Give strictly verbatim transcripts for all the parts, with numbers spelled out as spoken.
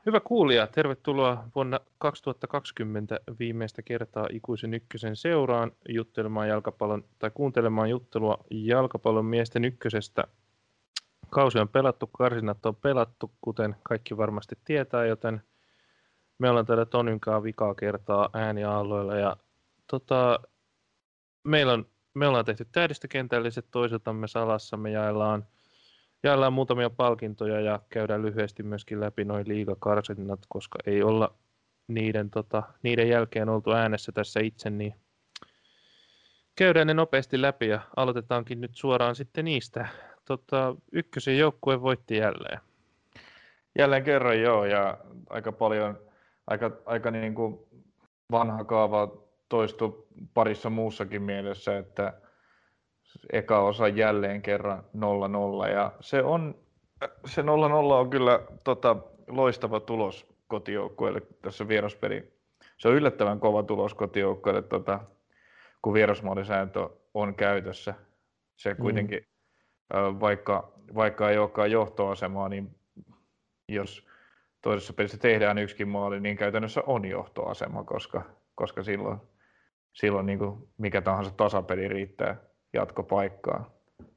Hyvä kuulija, tervetuloa vuonna kaksituhattakaksikymmentä viimeistä kertaa Ikuisen ykkösen seuraan juttelemaan jalkapallon tai kuuntelemaan juttelua jalkapallon miesten ykkösestä. Kausi on pelattu, karsinat on pelattu, kuten kaikki varmasti tietää, joten me ollaan täällä Tonynkaan vikaa kertaa ääniaalloilla ja tota, meillä on, me ollaan tehty tähdistökentälliset, toisiltamme salassa, me jaellaan Jaellaan muutamia palkintoja ja käydään lyhyesti myöskin läpi noin liigakarsinnat, koska ei olla niiden, tota, niiden jälkeen oltu äänessä tässä itse, niin käydään ne nopeasti läpi ja aloitetaankin nyt suoraan sitten niistä. Tota, ykkösen joukkue voitti jälleen. Jälleen kerran joo, ja aika paljon, aika, aika niin kuin vanha kaava toistui parissa muussakin mielessä, että eka osa jälleen kerran nolla nolla, ja se, on, se nolla nolla on kyllä tota, loistava tulos kotijoukkueelle tässä vieraspeli. Se on yllättävän kova tulos kotijoukkueelle, tota, kun vierasmaalisääntö on käytössä. Se kuitenkin, mm. vaikka, vaikka ei olekaan johtoasemaa, niin jos toisessa pelissä tehdään yksikin maali, niin käytännössä on johtoasema, koska, koska silloin, silloin niin kuin mikä tahansa tasapeli riittää jatkopaikkaa.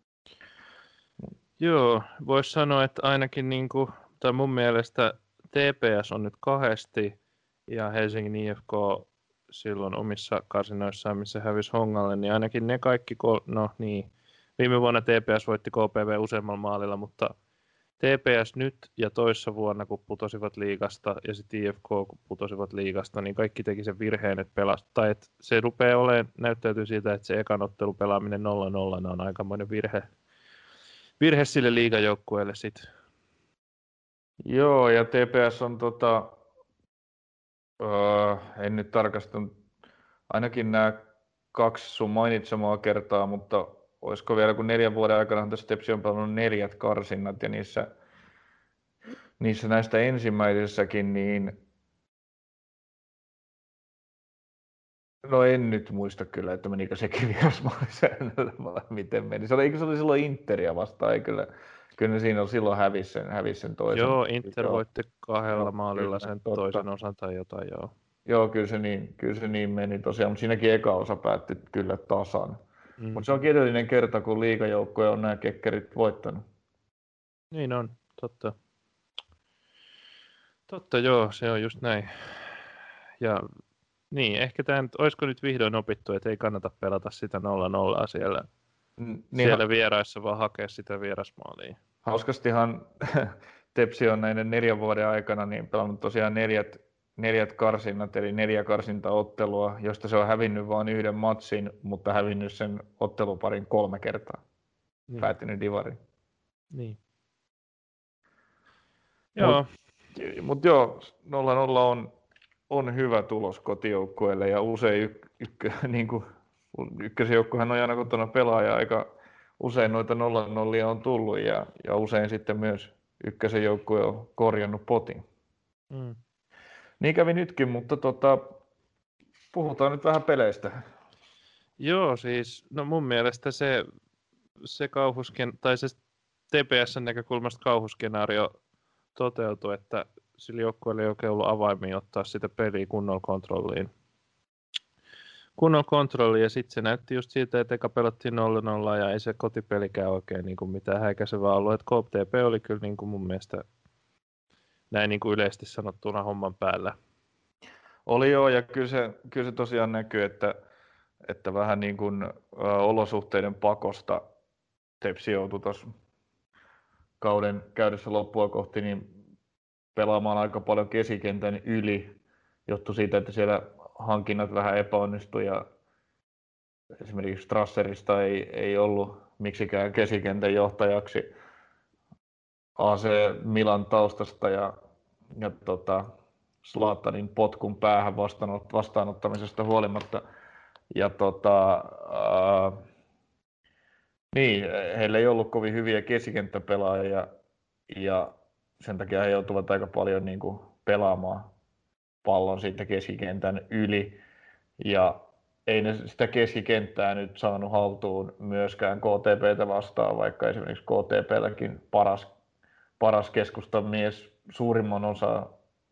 Joo, voisi sanoa, että ainakin niin kuin, tai mun mielestä T P S on nyt kahdesti ja Helsingin I F K silloin omissa karsinoissaan, missä hävisi Hongalle, niin ainakin ne kaikki, kol- no niin, viime vuonna T P S voitti K P V useammalla maalilla, mutta T P S nyt ja toissa vuonna, kun putosivat liigasta ja sitten I F K, kun putosivat liigasta, niin kaikki teki sen virheen, että pelasi. Tai että se rupeaa olemaan, näyttäytyy siltä, että se ekan ottelu pelaaminen nolla nolla on aikamoinen virhe, virhe sille liigajoukkueelle sitten. Joo, ja T P S on, tota, öö, en nyt tarkastanut, ainakin nämä kaksi sun mainitsemaa kertaa, mutta olisiko vielä kun neljän vuoden aikana tässä Tepsi on pelannut neljät karsinnat, ja niissä, niissä näistä ensimmäisessäkin, niin no en nyt muista kyllä, että menikö sekin vierasmaalisäännöllä vai miten meni. Se oli, eikö se oli silloin Interia vastaan, ei kyllä, kyllä siinä on silloin hävisi sen, hävisi sen toisen. Joo, Inter joo. voitti kahdella joo, maalilla kyllä, sen totta. toisen osan tai jotain, joo. Joo, kyllä se niin, kyllä se niin meni tosiaan, mutta siinäkin eka osa päätti kyllä tasan. Mm. Mutta se on edellinen kerta, kun liigajoukkoja on nämä kekkerit voittanut. Niin on, totta. Totta joo, se on just näin. Ja niin, ehkä tämä nyt, olisiko nyt vihdoin opittu, että ei kannata pelata sitä nolla nolla siellä, niin siellä ha- vieraissa, vaan hakea sitä vierasmaalia. Hauskastihan Tepsi on näiden neljän vuoden aikana niin pelannut tosiaan neljät, neljät karsinnat, eli neljä karsintaottelua, josta se on hävinnyt vain yhden matsin, mutta hävinnyt sen otteluparin kolme kertaa. Niin. Päättynyt divari. Niin. Joo. Mutta mut joo, nolla nolla on, on hyvä tulos kotijoukkueelle, ja usein yk, yk, niin kuin, ykkösjoukkuehan on aina kotona pelaaja, aika usein noita nolla nollia on tullut, ja, ja usein sitten myös ykkösen joukkue on korjannut potin. Mm. Niin kävi nytkin, mutta tota, puhutaan nyt vähän peleistä. Joo, siis no mun mielestä se, se kauhusken, tai se T P S:n näkökulmasta kauhuskenaario toteutui, että sillä joukkueella ei oikein ollut avaimia ottaa sitä peliä kunnolla kontrolliin. Kunnolla kontrolliin, ja sitten se näytti just siitä, että eka pelattiin nolla nolla ja ei se kotipelikään oikein niin kuin mitään häikäisevää ollut. Et K T P oli kyllä niin kuin mun mielestä näin niin kuin yleisesti sanottuna homman päällä. Oli joo, ja kyllä se, kyllä se tosiaan näkyy, että, että vähän niin kuin ä, olosuhteiden pakosta Tepsi joutui tuossa kauden käydessä loppua kohti niin pelaamaan aika paljon keskikentän yli, johtui siitä, että siellä hankinnat vähän epäonnistui ja esimerkiksi Strasserista ei, ei ollut miksikään keskikentän johtajaksi A C Milan taustasta ja, ja tota, Zlatanin potkun päähän vastaanot, vastaanottamisesta huolimatta. Ja tota, ää, niin, heillä ei ollut kovin hyviä keskikenttäpelaajia ja sen takia he joutuvat aika paljon niin kuin pelaamaan pallon siitä keskikentän yli. Ja ei ne sitä keskikenttää nyt saanut haltuun myöskään K T P:tä vastaan, vaikka esimerkiksi K T P:lläkin paras, paras keskustan mies suurimman osa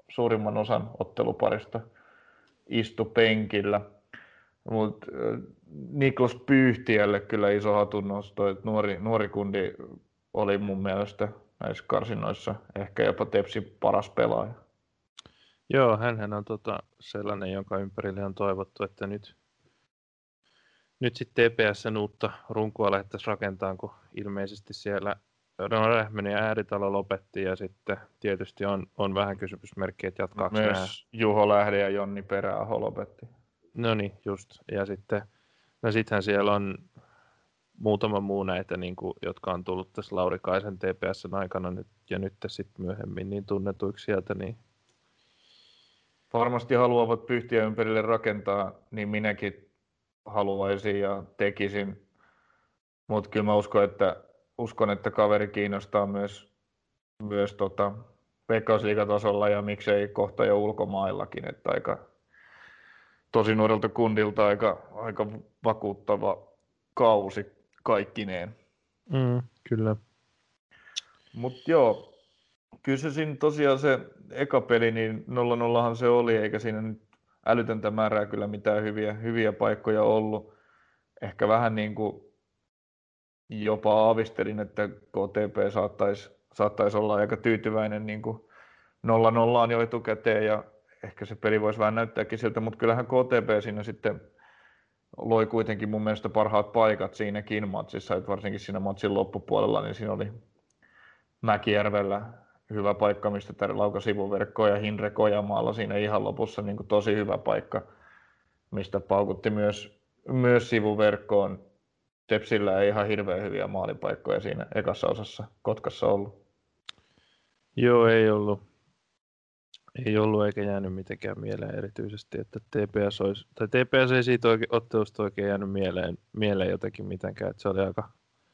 suurimman osan otteluparista istu penkillä. Mutta Niklas Pyyhtiälle kyllä iso hatunnosto, että nuori, nuori kundi oli mun mielestä näissä karsinnoissa ehkä jopa Tepsin paras pelaaja. Joo, hänhän on tota sellainen, jonka ympärille on toivottu, että nyt, nyt sitten T P S:n uutta runkoa lähdettäisiin rakentamaan, kun ilmeisesti siellä no, Rähmänen ja Ääritalo lopetti ja sitten tietysti on, on vähän kysymysmerkki, että jatkaako Myös nämä. Juho Lähde ja Jonni Peräaho lopetti. No niin, just. Ja sitten, no sittenhän siellä on muutama muu näitä, niin kuin, jotka on tullut tässä Laurikaisen T P S:n aikana nyt, ja nyt sitten myöhemmin niin tunnetuiksi sieltä. Niin. Varmasti haluavat Pyhtiä ympärille rakentaa, niin minäkin haluaisin ja tekisin. Mutta kyllä mä uskon, että, uskon, että kaveri kiinnostaa myös, myös tota Veikkausliigatasolla ja miksei kohta jo ulkomaillakin. Että aika tosi nuorelta kundilta aika, aika vakuuttava kausi kaikkineen. Mm, kyllä. Mutta joo, kysyisin tosiaan se eka peli, niin nolla nollahan se oli, eikä siinä nyt älytöntä määrää kyllä mitään hyviä, hyviä paikkoja ollut. Ehkä vähän niin kuin jopa aavistelin, että K T P saattaisi, saattaisi olla aika tyytyväinen niin kuin nolla nollaan jo etukäteen ja ehkä se peli voisi vähän näyttääkin siltä, mutta kyllähän K T P siinä sitten loi kuitenkin mun mielestä parhaat paikat siinäkin matsissa, että varsinkin siinä matsin loppupuolella, niin siinä oli Mäkijärvellä hyvä paikka, mistä tämä lauka sivuverkkoa ja Hinre Kojamaalla siinä ihan lopussa niin kuin tosi hyvä paikka, mistä paukutti myös, myös sivuverkkoon. Tepsillä ei ihan hirveän hyviä maalipaikkoja siinä ekassa osassa Kotkassa ollut. Joo, ei ollut. Ei ollut eikä jäänyt mitenkään mieleen erityisesti, että T P S, olisi, tai T P S ei siitä oikein, ottelusta oikein jäänyt mieleen, mieleen jotenkin mitenkään, että se oli aika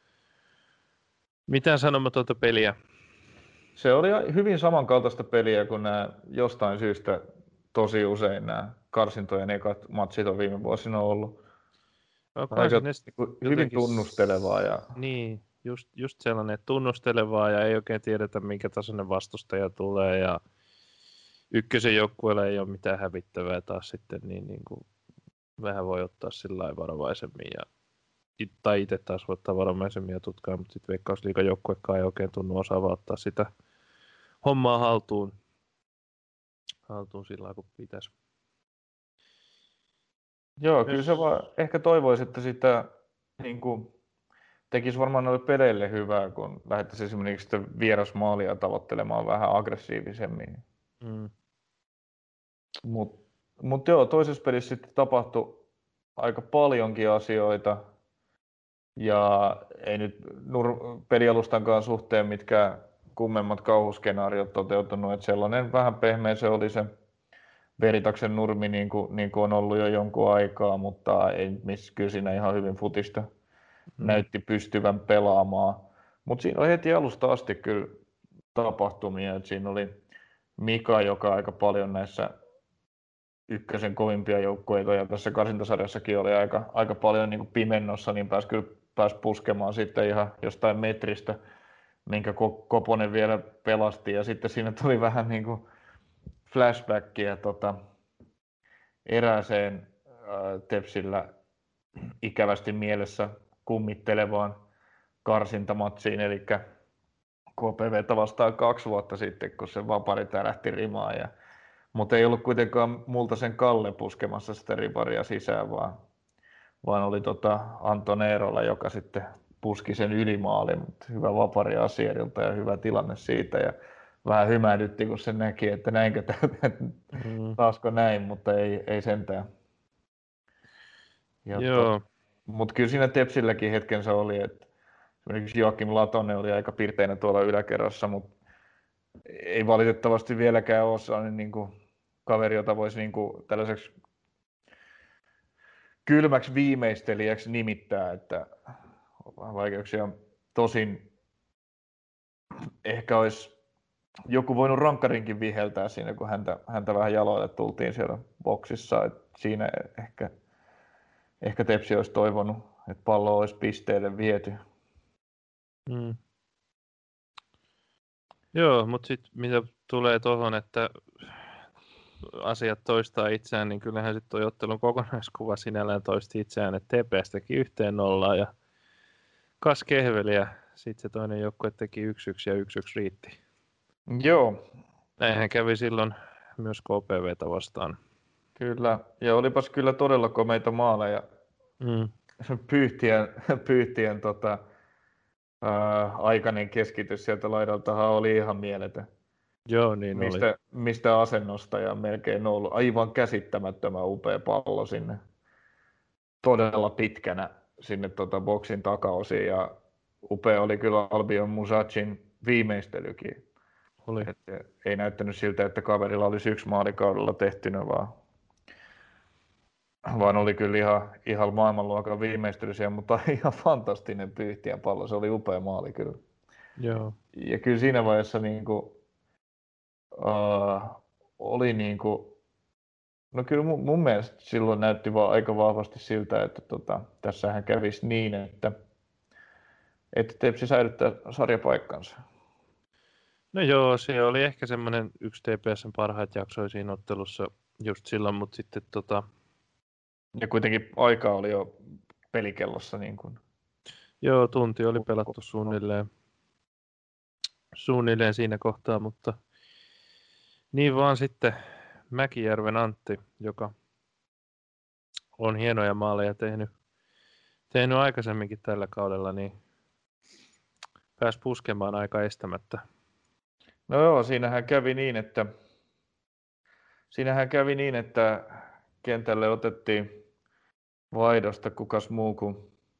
mitään sanomatonta peliä. Se oli hyvin samankaltaista peliä kuin nämä jostain syystä tosi usein nämä karsintojen ekat matsit on viime vuosina ollut. Aika hyvin tunnustelevaa. Ja... Niin, just, just sellainen tunnustelevaa ja ei oikein tiedetä minkä tasoinen vastustaja tulee ja ykkösen joukkueella ei ole mitään hävittävää taas sitten, niin, niin kuin vähän voi ottaa sillä lailla varovaisemmin ja tai itse taas voi ottaa varovaisemmin ja tutkaa, mutta sitten Veikkausliigan joukkuekaan ei oikein tunnu osaava ottaa sitä hommaa haltuun, haltuun sillä lailla, kun pitäisi. Joo, kyllä se vaan ehkä toivoisi, että sitä niin kuin, tekisi varmaan noille peleille hyvää, kun lähdettäisiin esimerkiksi sitä vierasmaalia tavoittelemaan vähän aggressiivisemmin. Mm. Mutta mut joo, toisessa pelissä sitten tapahtui aika paljonkin asioita. Ja ei nyt nur- pelialustankaan suhteen mitkä kummemmat kauhuskenaariot toteutunut, että sellainen vähän pehmeä se oli se Veritaksen nurmi niin kuin, niin kuin on ollut jo jonkun aikaa, mutta ei missä kyllä siinä ihan hyvin futista mm. näytti pystyvän pelaamaan. Mutta siinä oli heti alusta asti kyllä tapahtumia, että siinä oli Mika, joka aika paljon näissä ykkösen kovimpia joukkueita ja tässä karsintasarjassakin oli aika, aika paljon niin kuin pimennossa, niin pääsi kyllä pääsi puskemaan sitten ihan jostain metristä, minkä Koponen vielä pelasti ja sitten siinä tuli vähän niin kuin flashbackia tota, erääseen ää, Tepsillä ikävästi mielessä kummittelevaan karsintamatsiin, eli K P V:tä vastaan kaksi vuotta sitten, kun se vapari tärähti rimaan. Ja, mutta ei ollut kuitenkaan Multasen Kalle puskemassa sitä riparia sisään, vaan, vaan oli tota Anton Eerola, joka sitten puski sen ylimaalin, mutta hyvä vapari Asierilta ja hyvä tilanne siitä. Ja vähän hymähdytti, kun se näki, että näinkö mm. taasko näin, mutta ei, ei sentään. Joo. Mutta kyllä siinä Tepsilläkin hetkensä oli, että esimerkiksi Joakim Latonen oli aika pirteinä tuolla yläkerrassa, mutta ei valitettavasti vieläkään ole sellainen niin kuin kaveri, jota voisi niin kuin tällaiseksi kylmäksi viimeistelijäksi nimittää, että on vaikeuksia. Tosin ehkä olisi joku voinut rankkarinkin viheltää siinä, kun häntä, häntä vähän jaloille tultiin siellä boksissa. Et siinä ehkä, ehkä Tepsi olisi toivonut, että pallo olisi pisteelle viety. Hmm. Joo, mutta sitten mitä tulee tuohon, että asiat toistaa itseään, niin kyllähän sitten tuo ottelun kokonaiskuva sinällään toisti itseään, että T P S teki yhteen nollaan ja kas kehveli ja sitten se toinen joukkue teki yksi yksi ja yksi yksi riitti. Joo. Näinhän kävi silloin myös K P V:tä vastaan. Kyllä, ja olipas kyllä todella komeita maaleja. Mm. Pyyhtien, pyyhtien tota, ää, aikainen keskitys sieltä laidaltahan oli ihan mieletön. Joo, niin mistä, oli. mistä asennosta ja melkein ollut aivan käsittämättömän upea pallo sinne todella pitkänä sinne tota boksin takaosiin ja upea oli kyllä Albion Musacin viimeistelykin. Oli. Et ei näyttänyt siltä, että kaverilla olisi yksi maalikaudella tehtynä, vaan, vaan oli kyllä ihan, ihan maailmanluokan viimeistely siellä, mutta ihan fantastinen pyyhtien pallo. Se oli upea maali kyllä. Joo. Ja kyllä siinä vaiheessa niin kuin, uh, oli niin kuin, no kyllä mun, mun mielestä silloin näytti vaan aika vahvasti siltä, että tota, tässähän kävisi niin, että, että Tepsi säilyttää sarjapaikkansa. No joo, se oli ehkä semmoinen yksi T P S:n parhaita jaksoja siinä ottelussa just silloin, mutta sitten tota... Ja kuitenkin aika oli jo pelikellossa niin kuin. Joo, tunti oli pelattu suunnilleen, suunnilleen siinä kohtaa, mutta niin vaan sitten Mäkijärven Antti, joka on hienoja maaleja tehnyt, tehnyt aikaisemminkin tällä kaudella, niin pääsi puskemaan aika estämättä. No joo, siinähän kävi niin, että siinähän kävi niin, että kentälle otettiin vaihdosta kukas muu kuin,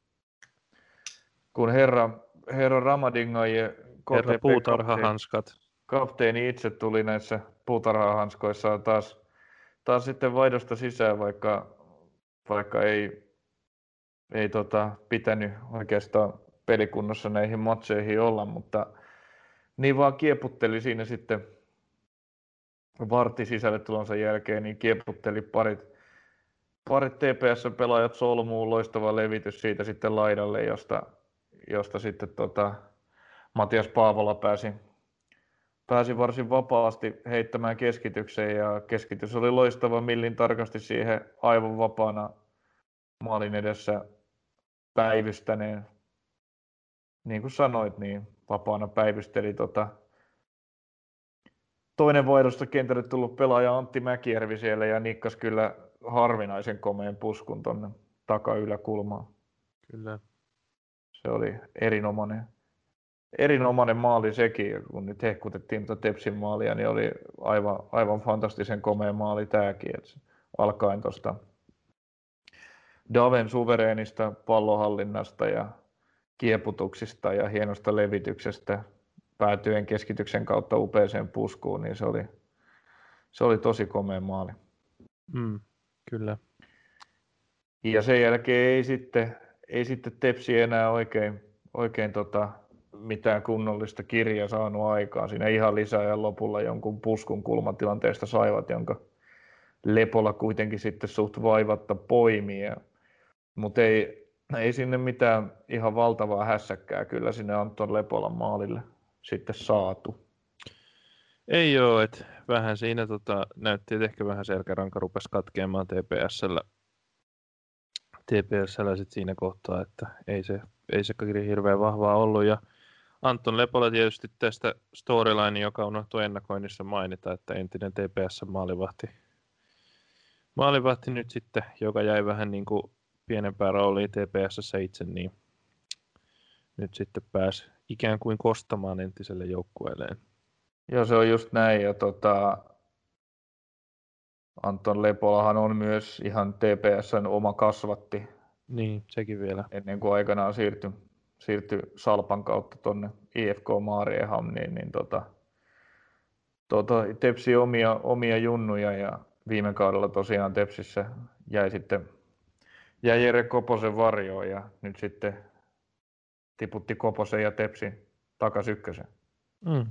kuin herra, herra Ramadingaje, Herra puutarhahanskat. Kapteeni itse tuli näissä puutarhahanskoissaan taas, taas sitten vaihdosta sisään, vaikka, vaikka ei, ei tota, pitänyt oikeastaan pelikunnossa näihin matseihin olla, mutta niin vaan kieputteli siinä sitten vartti sisälle tulonsa jälkeen, niin kieputteli parit, parit T P S-pelaajat solmuun, loistava levitys siitä sitten laidalle, josta, josta sitten tota, Matias Paavola pääsi, pääsi varsin vapaasti heittämään keskitykseen ja keskitys oli loistava millin tarkasti siihen aivan vapaana maalin edessä päivystäneen. Niin kuin sanoit, niin vapaana päivysteli tota, toinen vaihdosta kentälle tullut pelaaja Antti Mäkijärvi siellä ja nikkas kyllä harvinaisen komeen puskun tonne takayläkulmaan. Kyllä. Se oli erinomainen, erinomainen maali sekin, kun nyt hehkutettiin tuota Tepsin maalia, niin oli aivan, aivan fantastisen komea maali tämäkin, että alkaen tuosta Daven suvereenista pallonhallinnasta ja kieputuksista ja hienosta levityksestä päätyen keskityksen kautta upeeseen puskuun, niin se oli, se oli tosi komea maali. Mm, kyllä. Ja sen jälkeen ei sitten, ei sitten Tepsi enää oikein, oikein tota, mitään kunnollista kirjaa saanut aikaan. Siinä ihan lisäajan lopulla jonkun puskun kulmatilanteesta saivat, jonka Lepola kuitenkin sitten suht vaivatta poimii. Mutta ei, ei sinne mitään ihan valtavaa hässäkkää kyllä sinne Anton Lepolan maalille sitten saatu. Ei oo, että vähän siinä tota, näytti, että ehkä vähän selkäranka rupesi katkeamaan T P S:llä. T P S:llä sit siinä kohtaa, että ei se, ei se hirveän vahvaa ollut. Ja Anton Lepola tietysti tästä storyline, joka unohtui ennakoinnissa mainita, että entinen T P S-maalivahti maalivahti nyt sitten, joka jäi vähän niin kuin pienempään rooliin T P S:ssä itse, niin nyt sitten pääsi ikään kuin kostamaan entiselle joukkueelleen. Joo, se on just näin. Ja tota, Anton Lepolahan on myös ihan T P S:n oma kasvatti. Niin, sekin vielä. Ennen kuin aikanaan siirtyi, siirtyi Salpan kautta tuonne I F K Maarienhamniin, niin tota, tota, Tepsi omia, omia junnuja ja viime kaudella tosiaan Tepsissä jäi sitten jäi Jere Koposen varjoon ja nyt sitten tiputti Koposen ja Tepsi takas ykkösen. Mm.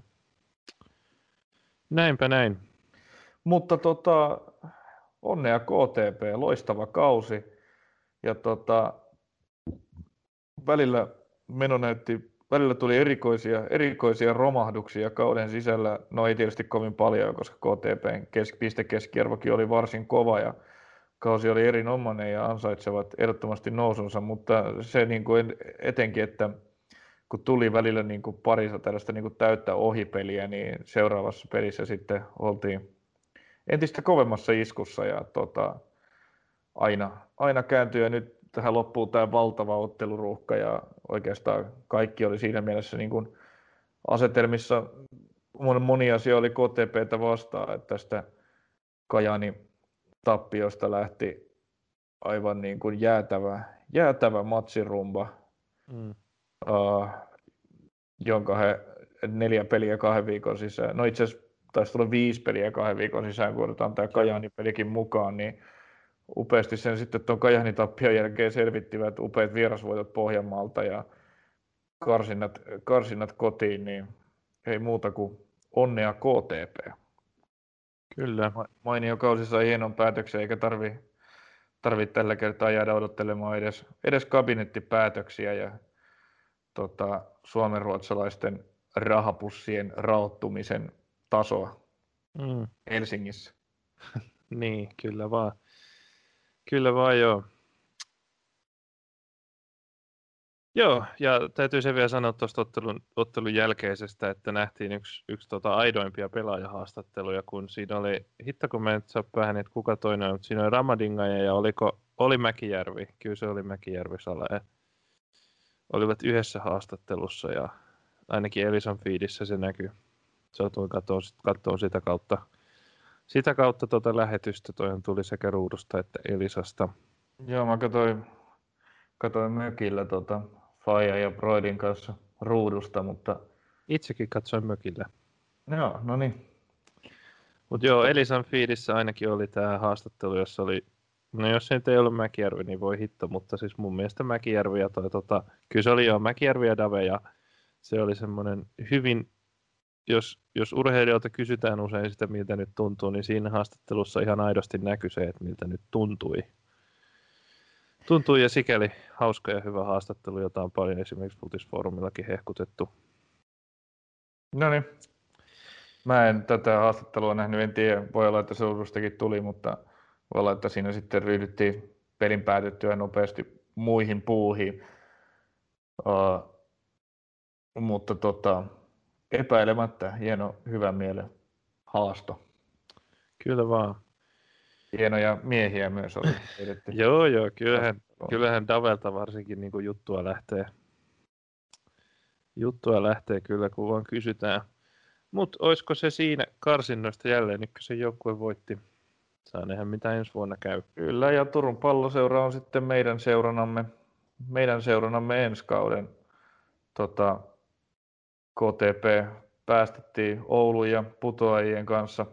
Näinpä näin. Mutta tota, onnea K T P, loistava kausi. Ja tota, välillä meno näytti välillä tuli erikoisia, erikoisia romahduksia kauden sisällä. No ei tietysti kovin paljon, koska K T P:n kes, pistekeskiarvokin oli varsin kova ja kausi oli erinomainen ja ansaitsevat ehdottomasti nousunsa, mutta se niin kuin etenkin, että kun tuli välillä niin kuin parissa tällaista niin kuin täyttä ohipeliä, niin seuraavassa pelissä sitten oltiin entistä kovemmassa iskussa ja tota, aina, aina kääntyi ja nyt tähän loppuu tämä valtava otteluruuhka ja oikeastaan kaikki oli siinä mielessä niin kuin asetelmissa moni asia oli K T P:tä vastaan, että tästä Kajani tappiosta lähti aivan niin kuin jäätävä, jäätävä matsirumba, mm. uh, jonka he neljä peliä kahden viikon sisään, no itse asiassa taisi tulla viisi peliä kahden viikon sisään, kun otetaan tämä Kajani-pelikin mukaan, niin upeasti sen sitten tuon Kajanin tappion jälkeen selvittivät upeat vierasvoitot Pohjanmaalta ja karsinnat, karsinnat kotiin, niin ei muuta kuin onnea K T P. Kyllä. Mainio kausi sai hienon päätöksen, eikä tarvi, tarvi tällä kertaa jäädä odottelemaan edes, edes kabinettipäätöksiä ja tota, suomenruotsalaisten rahapussien raottumisen tasoa mm. Helsingissä. Niin, kyllä vaan. Kyllä vaan, joo. Joo, ja täytyy se vielä sanoa tuosta ottelun, ottelun jälkeisestä, että nähtiin yksi, yksi tota aidoimpia pelaajahaastatteluja, kun siinä oli, hitto kun mä en saa päähän, että kuka toinen on, mutta siinä oli Ramadingaja ja oliko, oli Mäkijärvi, kyllä se oli Mäkijärvi Sala, olivat yhdessä haastattelussa ja ainakin Elisan feedissä se näkyy. Satuin katsoa, katsoa sitä kautta, sitä kautta tuota lähetystä, toihan tuli sekä ruudusta että Elisasta. Joo, mä katsoin, katsoin mökillä tota Faija ja Broidin kanssa ruudusta, mutta... Itsekin katsoin mökillä. Joo, no niin. Mutta joo, Elisan feedissä ainakin oli tämä haastattelu, jossa oli, no jos se nyt ei ollut Mäkijärvi, niin voi hitto, mutta siis mun mielestä Mäkijärvi ja toi, tota, kyllä se oli jo Mäkijärvi ja Dave ja se oli semmoinen hyvin, jos, jos urheilijoilta kysytään usein sitä, miltä nyt tuntuu, niin siinä haastattelussa ihan aidosti näkyi se, että miltä nyt tuntui. Tuntui ja sikäli hauska ja hyvä haastattelu, jota on paljon esimerkiksi Futisfoorumillakin hehkutettu. No niin. Mä en tätä haastattelua nähnyt, en tiedä, voi olla, että se uudustakin tuli, mutta voi olla, että siinä sitten ryhdyttiin pelin päätettyä nopeasti muihin puuhiin. Uh, mutta tota, epäilemättä hieno, hyvä mielen haasto. Kyllä vaan. Hienoja miehiä myös oli edetty. Joo, joo, kyllähän, kyllähän Davelta varsinkin niin kuin juttua lähtee. Juttua lähtee kyllä, kun vaan kysytään. Mutta olisiko se siinä karsinnoista jälleen ykkösen joukkue voitti? Saa nähdä, mitä ensi vuonna käy. Kyllä, ja Turun Palloseura on sitten meidän seuranamme, meidän seuranamme ensi kauden. Tota, K T P päästettiin Oulun ja putoajien kanssa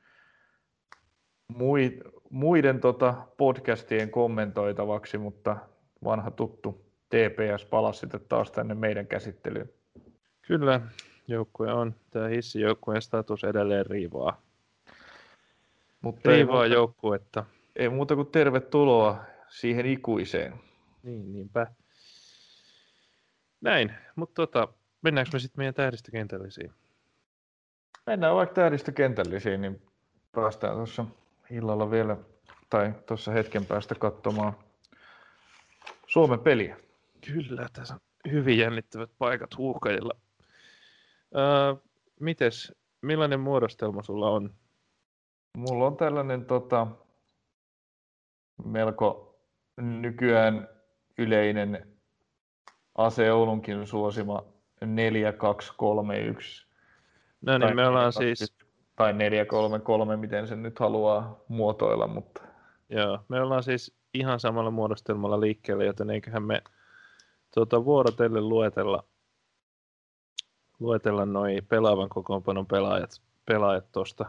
muiden tota podcastien kommentoitavaksi, mutta vanha tuttu T P S palasi sitten taas tänne meidän käsittelyyn. Kyllä, joukkue on. Tämä hissijoukkueen status edelleen riivaa. Mutta riivaa ei joukkuetta. Ei muuta kuin tervetuloa siihen ikuiseen. Niin, niinpä. Näin, mutta tota, mennäänkö me sitten meidän tähdistökentällisiin? Mennään vaikka tähdistökentällisiin, niin päästään tuossa illalla vielä, tai tuossa hetken päästä katsomaan Suomen peliä. Kyllä, tässä on hyvin jännittävät paikat Huuhkajilla. Öö, mites, millainen muodostelma sulla on? Mulla on tällainen tota, melko nykyään yleinen A C Oulunkin suosima neljä kaksi kolme yksi. No niin, me ollaan siis... Tai neljä kolme kolme, miten sen nyt haluaa muotoilla, mutta... Joo, me ollaan siis ihan samalla muodostelmalla liikkeellä, joten eiköhän me tuota, vuorotellen luetella, luetella noi pelaavan kokoonpanon pelaajat, pelaajat tuosta.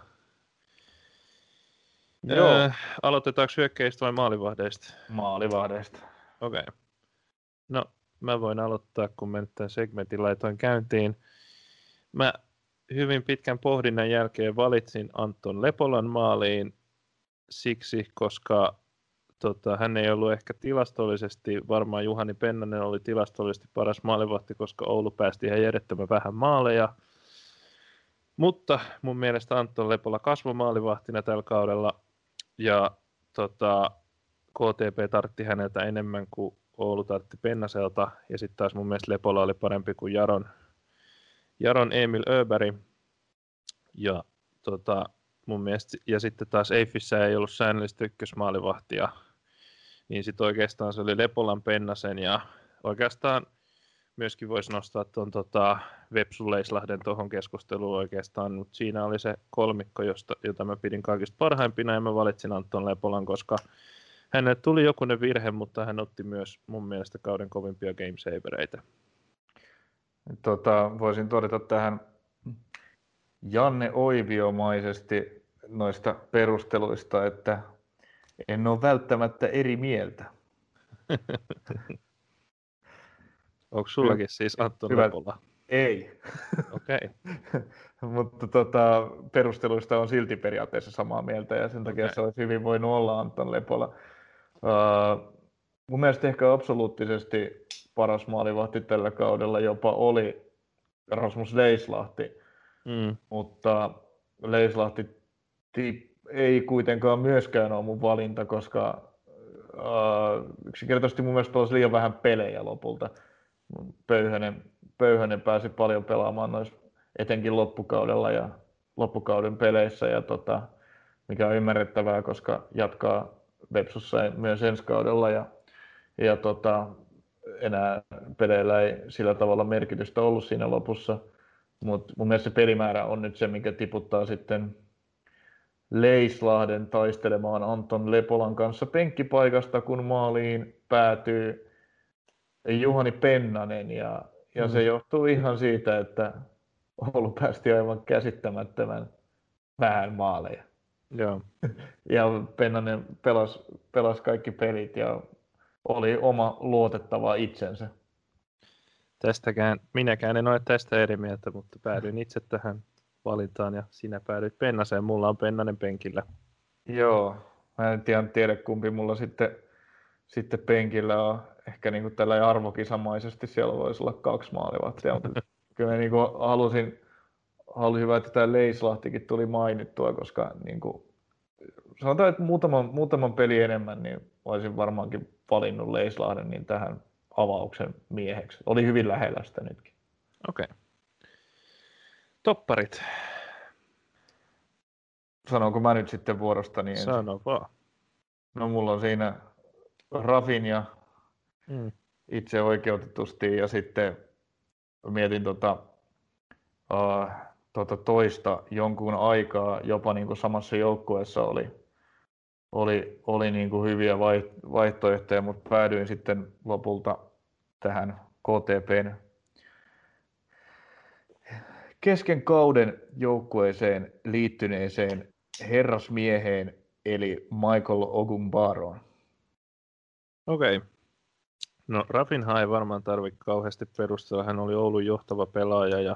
Joo. Öö, aloitetaanko hyökkäistä vai maalivahdeista? Maalivahdeista. Okei. Okay. No, mä voin aloittaa, kun mä nyt tämän segmentin laitoin käyntiin. Mä hyvin pitkän pohdinnan jälkeen valitsin Anton Lepolan maaliin siksi, koska tota, hän ei ollut ehkä tilastollisesti, varmaan Juhani Pennanen oli tilastollisesti paras maalivahti, koska Oulu päästi ihan järjettömän vähän maaleja. Mutta mun mielestä Anton Lepola kasvoi maalivahtina tällä kaudella ja tota, K T P tartti häneltä enemmän kuin Oulu tartti Pennaselta ja sitten taas mun mielestä Lepola oli parempi kuin Jaron, Jaron Emil Öberg. Ja, tota, mun mielestä, ja sitten taas Eiffissä ei ollut säännöllistä ykkösmaalivahtia, niin sitten oikeastaan se oli Lepolan Pennasen ja oikeastaan myöskin voisi nostaa tuon tota, Vepsu Leislahden tuohon keskusteluun oikeastaan, mutta siinä oli se kolmikko, josta, jota mä pidin kaikista parhaimpina ja mä valitsin Anton Lepolan, koska hänelle tuli jokunen virhe, mutta hän otti myös mun mielestä kauden kovimpia gamesavereita. Tota, voisin todeta tähän Janne Oiviomaisesti noista perusteluista, että en ole välttämättä eri mieltä. Onko sullakin siis Anton Hyvä. Lepola? Ei. Okei. Okay. Mutta tota, perusteluista on silti periaatteessa samaa mieltä ja sen takia okay. Se olisi hyvin voinut olla Anton Lepola. Uh, mun mielestä ehkä absoluuttisesti paras maalivahti tällä kaudella jopa oli Rasmus Leislahti, mm. mutta Leislahti ei kuitenkaan myöskään ole mun valinta, koska uh, yksinkertaisesti mun mielestä pelasi liian vähän pelejä lopulta. Pöyhönen, Pöyhönen pääsi paljon pelaamaan noissa etenkin loppukaudella ja loppukauden peleissä, ja tota, mikä on ymmärrettävää, koska jatkaa Vepsussa myös ensi kaudella ja, ja tota, enää peleillä ei sillä tavalla merkitystä ollut siinä lopussa, mutta mun mielestä se pelimäärä on nyt se, mikä tiputtaa sitten Leislahden taistelemaan Anton Lepolan kanssa penkkipaikasta, kun maaliin päätyy Juhani Pennanen, ja, ja mm. se johtuu ihan siitä, että Oulu päästi aivan käsittämättömän vähän maaleja. Joo. Ja Pennanen pelasi, pelasi kaikki pelit ja oli oma luotettava itsensä. Tästäkään, minäkään en ole tästä eri mieltä, mutta päädyin itse tähän valintaan ja sinä päädyit Pennaseen. Mulla on Pennanen penkillä. Joo, mä en tiedä, tiedä kumpi mulla sitten, sitten penkillä on. Ehkä niin kuin tällä arvokisamaisesti siellä voisi olla kaksi maalivahtia, mutta kyllä niin kuin halusin, halusin hyvä, että tämä Leislahtikin tuli mainittua, koska niin kuin, sanotaan, että muutaman, muutaman peli enemmän, niin olisin varmaankin valinnut Leislahden niin tähän avauksen mieheksi. Oli hyvin lähellä sitä nytkin. Okei. Okay. Topparit. Sanonko mä nyt sitten vuorostani ensin? Sano vaan. No mulla on siinä Rafinha mm. itse oikeutetusti ja sitten mietin tota, uh, tota toista jonkun aikaa, jopa niin kuin samassa joukkueessa oli, oli, oli niin kuin hyviä vaihtoehtoja, mutta päädyin sitten lopulta tähän K T P:n kesken kauden joukkueeseen liittyneeseen herrasmieheen, eli Michael Ogunbaroon. Okei. Okay. No Rafinha ei varmaan tarvitse kauheasti perustella. Hän oli Oulun johtava pelaaja ja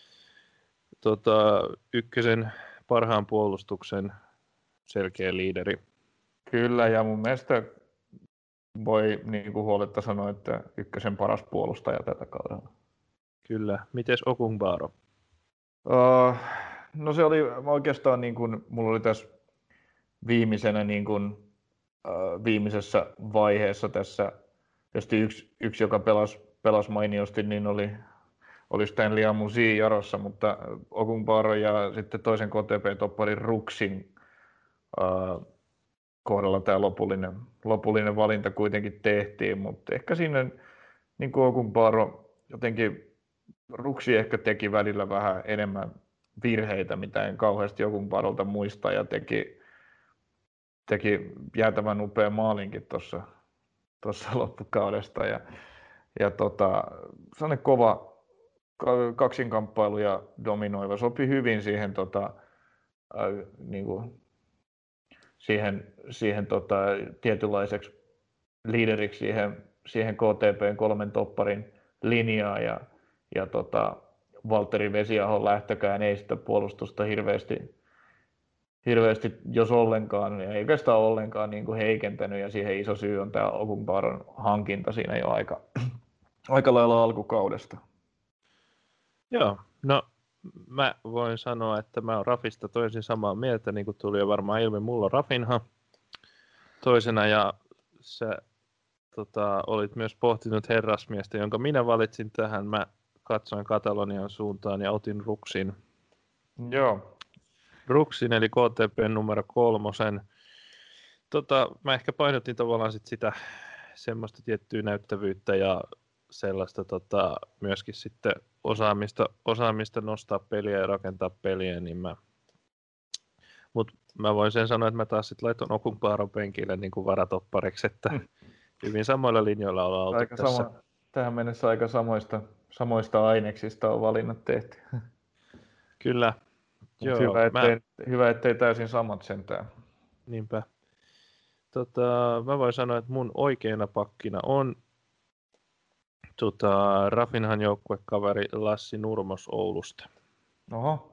tota, ykkösen parhaan puolustuksen selkeä liideri. Kyllä, ja mun mielestä voi niin kuin huoletta sanoa, että ykkösen paras puolustaja tätä kaudella. Kyllä. Mites Ogunbaro? Uh, no se oli oikeastaan niin kuin, mulla oli tässä viimeisenä niin kuin, uh, viimeisessä vaiheessa tässä, tietysti yksi, yksi joka pelasi, pelasi mainiosti, niin oli, oli Stanley Amusi Jarossa, mutta Ogunbaro ja sitten toisen K T P-topparin Ruksin uh, kohdalla tämä lopullinen, lopullinen valinta kuitenkin tehtiin, mutta ehkä siinä niin kuin Ogunbaro jotenkin Ruksi ehkä teki välillä vähän enemmän virheitä, mitä en kauheasti Ogunbarolta muista, ja teki, teki jäätävän upean maalinkin tuossa tuossa loppukaudesta. Ja, ja tota, sellainen kova kaksinkamppailu ja dominoiva, sopi hyvin siihen, tota, äh, niin kuin, siihen, siihen tota, tietynlaiseksi liideriksi siihen, siihen K T P:n kolmen topparin linjaan, ja Ja tota, Valtteri Vesiahon lähtökään ei sitä puolustusta hirveästi, hirveästi, jos ollenkaan, niin ei oikeastaan ollenkaan niin kuin heikentänyt, ja siihen iso syy on tämä Okunbaaron hankinta siinä jo aika, aika lailla alkukaudesta. Joo, no mä voin sanoa, että mä oon Rafista toisin samaa mieltä, niin kuin tuli jo varmaan ilmi, mulla on Rafinha toisena, ja sä tota, olit myös pohtinut herrasmiestä, jonka minä valitsin tähän. Mä katsoin Katalonian suuntaan ja otin Ruksin. Joo. Ruksin eli K T P numero kolmosen. Tota, mä ehkä painotin tavallaan sit sitä semmoista tiettyä näyttävyyttä ja sellaista tota, myöskin sitten osaamista, osaamista nostaa peliä ja rakentaa peliä, niin mä Mutta mä voin sen sanoa, että mä taas sitten laitoin Okunbaaron penkille niin kuin varatoppariksi, että hmm. hyvin samoilla linjoilla ollaan oltu aika tässä. Sama, tähän mennessä aika samoista, samoista aineksista on valinnat tehty. Kyllä. Joo, hyvä, ettei, mä... hyvä, ettei täysin samat sentään. Niinpä. Tota, mä voin sanoa, että mun oikeana pakkina on tota, Rafinhan joukkuekaveri Lassi Nurmos Oulusta. Oho.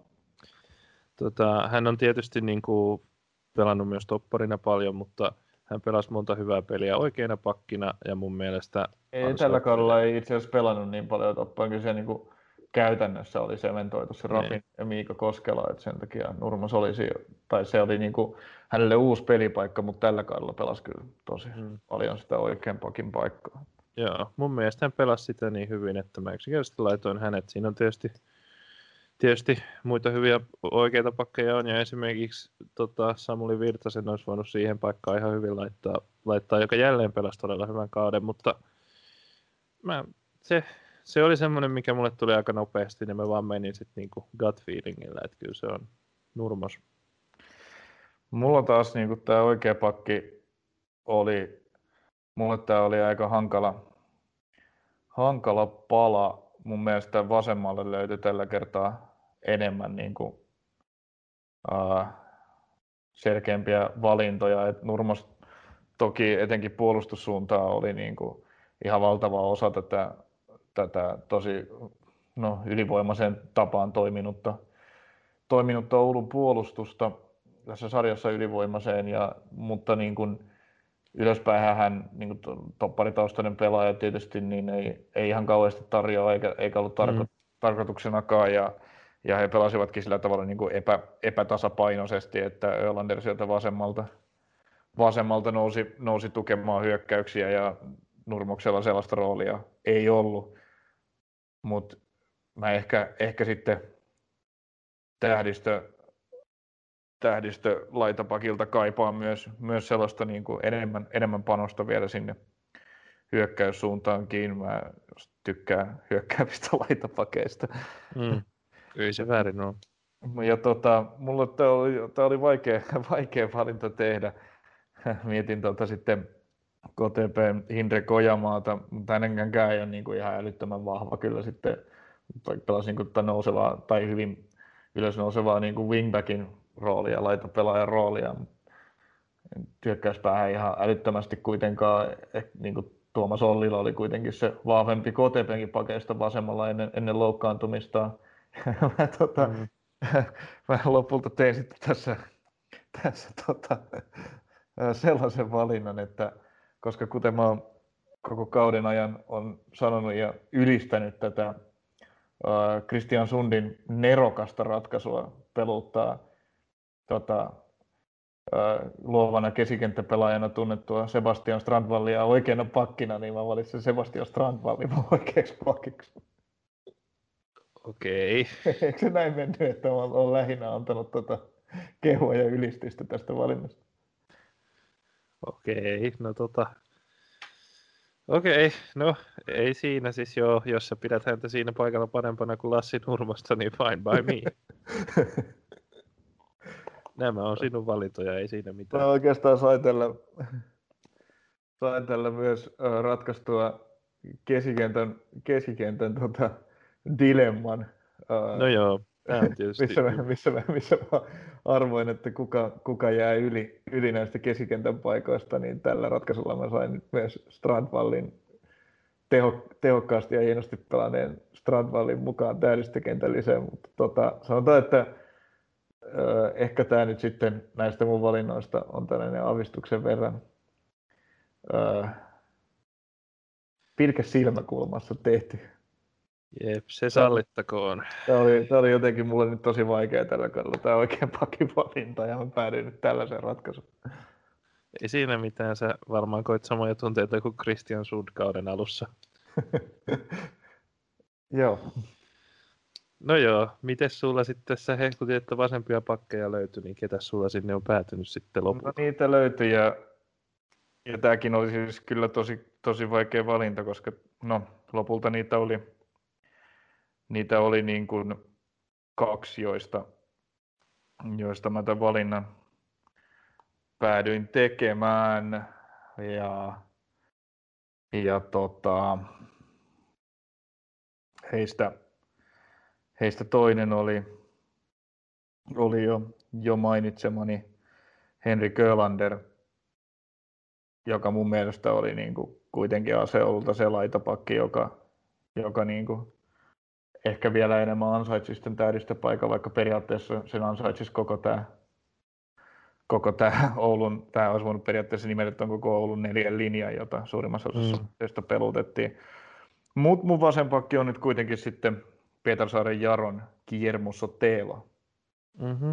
Tota, hän on tietysti niin kuin pelannut myös topparina paljon, mutta hän pelasi monta hyvää peliä oikeana pakkina ja mun mielestä... Ei tällä kaudella ei itse asiassa pelannut niin paljon toppaa, kyllä se niin kuin käytännössä oli sementoitu se Rafin niin. Ja Miika Koskela, että sen takia Nurmos olisi, tai se oli niin kuin hänelle uusi pelipaikka, mutta tällä kaudella pelasi kyllä tosi hmm. paljon sitä oikean pakin paikkaa. Joo, mun mielestä hän pelasi sitä niin hyvin, että mä yksinkertaisesti laitoin hänet. Siinä on tietysti, tietysti muita hyviä oikeita pakkeja on, ja esimerkiksi tota, Samuli Virtasen olisi voinut siihen paikkaan ihan hyvin laittaa, laittaa joka jälleen pelasi todella hyvän kauden, mutta mä, se, se oli semmoinen, mikä mulle tuli aika nopeasti, niin mä vaan menin sitten niinku gut feelingillä, että kyllä se on Nurmos. Mulla taas niinku tää oikea pakki oli, mulle tää oli aika hankala, hankala pala. Mun mielestä vasemmalle löytyi tällä kertaa enemmän niinku, uh, selkeämpiä valintoja. Et Nurmos toki etenkin puolustussuuntaa oli niinku ihan valtava osa tätä, tätä tosi no, ylivoimaisen tapaan toiminutta, toiminutta Oulun puolustusta tässä sarjassa ylivoimaiseen, ja, mutta niin kuin ylöspäin hän niin kuin topparitaustainen pelaaja tietysti niin ei, ei ihan kauheasti tarjoa eikä, eikä ollut tarko, mm. tarkoituksenakaan, ja, ja he pelasivatkin sillä tavalla niin kuin epä, epätasapainoisesti, että Ölander sieltä vasemmalta, vasemmalta nousi, nousi tukemaan hyökkäyksiä ja Nurmoksella sellaista roolia ei ollut, mutta mä ehkä, ehkä sitten tähdistö, tähdistö laitapakilta kaipaan myös, myös sellaista niin kuin enemmän, enemmän panosta vielä sinne hyökkäyssuuntaankin. Mä tykkään hyökkäävistä laitapakeista. Mm. Ei se väärin ole. Ja tota, mulla tämä oli, tää oli vaikea, vaikea valinta tehdä. Mietin tota sitten K T P Hindre Kojamaata, mutta hänenkään ei ole niin kuin ihan älyttömän vahva kyllä sitten. Pelasi niin kuin nousevaa tai hyvin ylös nousevaa niin kuin wingbackin roolia, laitapelaajan roolia. Hyökkäyspäähän ihan älyttömästi kuitenkaan, niin kuin Tuomas Ollila oli kuitenkin se vahvempi K T P:nkin pakeista vasemmalla ennen, ennen loukkaantumista. mä, tota, mm. mä lopulta tein sitten tässä, tässä tota, sellaisen valinnan, että koska kuten mä oon koko kauden ajan on sanonut ja ylistänyt tätä uh, Christian Sundin nerokasta ratkaisua peluttaa tota, uh, luovana keskikenttäpelaajana tunnettua Sebastian Strandvallia oikeana pakkina, niin mä valitsin Sebastian Strandvallin mun oikeaksi pakiksi. Okei. Okay. Eikö se näin mennyt, että mä oon lähinnä antanut tota kehua ja ylistystä tästä valinnasta? Okei, okay, no tota... Okei, okay, no ei siinä siis joo, jos sä pidät häntä siinä paikalla parempana kuin Lassi Nurmosta, niin fine by me. Nämä on sinun valintoja, ei siinä mitään. Mä oikeastaan sain tällä, sain tällä myös äh, ratkaistua keskikentän, keskikentän tota, dilemman. Äh, no joo, tämä on tietysti... missä, mä, missä, mä, missä mä arvoin, että kuka, kuka jää yli, yli näistä keskikentän paikoista, niin tällä ratkaisulla mä sain myös Strandvallin teho, tehokkaasti ja hienosti pelanneen Strandvallin mukaan täydistökentälliseen, mutta tota, sanotaan, että öö, ehkä tämä nyt sitten näistä mun valinnoista on tällainen avistuksen verran öö, pilke silmäkulmassa tehty. Jep, se sallittakoon. Tämä oli, tämä oli jotenkin mulle nyt tosi vaikea tällä kaudella, tämä oikein pakivalinta, ja mä päädyin nyt tällaiseen ratkaisuun. Ei siinä mitään, sä varmaan koit samoja tunteita kuin Christian Sund kauden alussa. Joo. No joo, miten sulla sitten, sä hehkutit, että vasempia pakkeja löytyi, niin ketä sulla sinne on päätynyt sitten lopulta? No niitä löytyi, ja, ja tämäkin oli siis kyllä tosi, tosi vaikea valinta, koska no, lopulta niitä oli, niitä oli niin kuin kaksi, joista, joista mä tämän valinnan päädyin tekemään. Ja, ja tota, heistä, heistä toinen oli, oli jo, jo mainitsemani Henrik Ölander, joka mun mielestä oli niin kuin kuitenkin aseolta se laitapakki, joka, joka niin kuin ehkä vielä enemmän ansaitsisi tämän täydistöpaikan, vaikka periaatteessa sen ansaitsisi koko tämä koko tämä Oulun, tämä olisi voinut periaatteessa nimetä koko Oulun neljän linjan, jota suurimmassa osassa mm. pelutettiin. Mutta mun vasempakki on nyt kuitenkin sitten Pietarsaaren Jaron Guillermo Sotelo. Mm-hmm.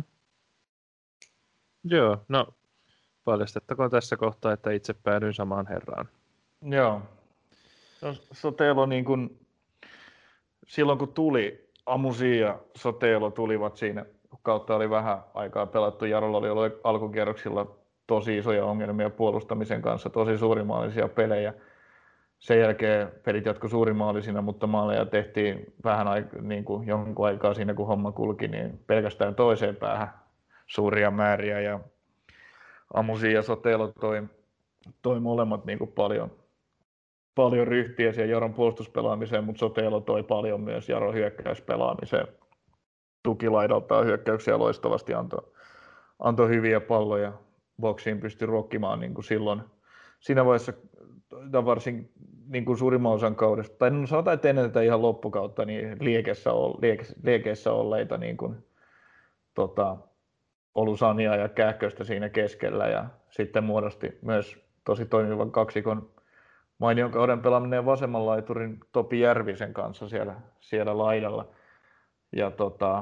Joo, no paljastettakoon tässä kohtaa, että itse päädyin samaan herraan. Joo. No, Sotelo niin kun, silloin kun tuli, Amusi ja Sotelo tulivat siinä, kautta oli vähän aikaa pelattu. Jarolla oli ollut alkukierroksilla tosi isoja ongelmia puolustamisen kanssa, tosi suurimaalisia pelejä. Sen jälkeen pelit jatkoi suurimaalisina, mutta maaleja tehtiin vähän aika, niin kuin jonkun aikaa siinä, kun homma kulki, niin pelkästään toiseen päähän suuria määriä. Ja Amusi ja Sotelo toi, toi molemmat niin kuin paljon, paljon ryhtiä siihen Jaron puolustuspelaamiseen, mutta Sotelo toi paljon myös Jaron hyökkäyspelaamiseen. Tukilaidaltaan hyökkäyksiä loistavasti antoi, antoi hyviä palloja. Boksiin pystyi rokkimaan niin kuin silloin. Siinä vaiheessa varsin niin kuin suurimman osan kaudesta, tai no sanotaan, että ennen tätä ihan loppukautta, niin liekeissä, liekeissä olleita niin kuin, tota, Olusania ja Kähköstä siinä keskellä, ja sitten muodosti myös tosi toimivan kaksikon mainion kauden pelaaminen vasemman laiturin Topi Järvisen kanssa siellä, siellä laidalla. Ja tota,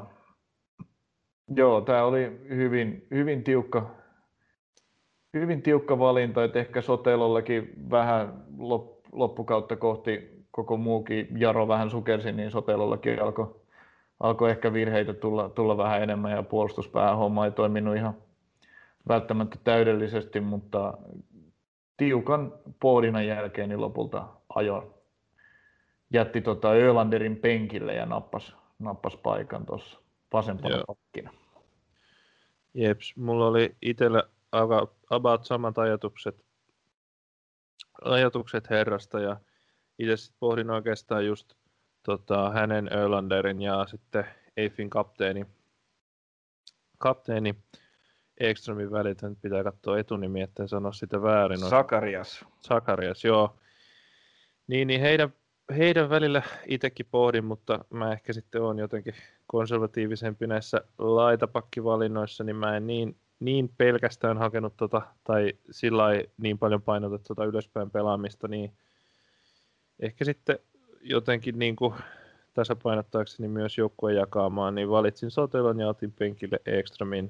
joo, tämä oli hyvin, hyvin tiukka, hyvin tiukka valinta, että ehkä Sotelollakin vähän loppukautta kohti koko muukin Jaro vähän sukelsi, niin Sotelollakin alkoi alko ehkä virheitä tulla, tulla vähän enemmän ja puolustuspäähän homma ei toiminut ihan välttämättä täydellisesti, mutta tiukan pohdinnan jälkeen niin lopulta ajoi. Jätti tota Ölanderin penkille ja nappasi, nappasi paikan tuossa vasempana pakkina. Jeps, mulla oli itsellä about samat ajatukset, ajatukset herrasta ja itse sitten pohdin oikeastaan just tota, hänen Ölanderin ja sitten Eiffin kapteeni, kapteeni Ekströmin välitä, nyt pitää katsoa etunimi, etten sano sitä väärin. Sakarias. Sakarias, joo. Niin, niin heidän, heidän välillä itsekin pohdin, mutta mä ehkä sitten olen jotenkin konservatiivisempi näissä laitapakkivalinnoissa, niin mä en niin, niin pelkästään hakenut tota, tai sillä niin paljon painotettu tota ylöspäin pelaamista, niin ehkä sitten jotenkin niin kuin tasapainottaakseni myös joukkueen jakamaan, niin valitsin Sotelon ja otin penkille Ekströmin.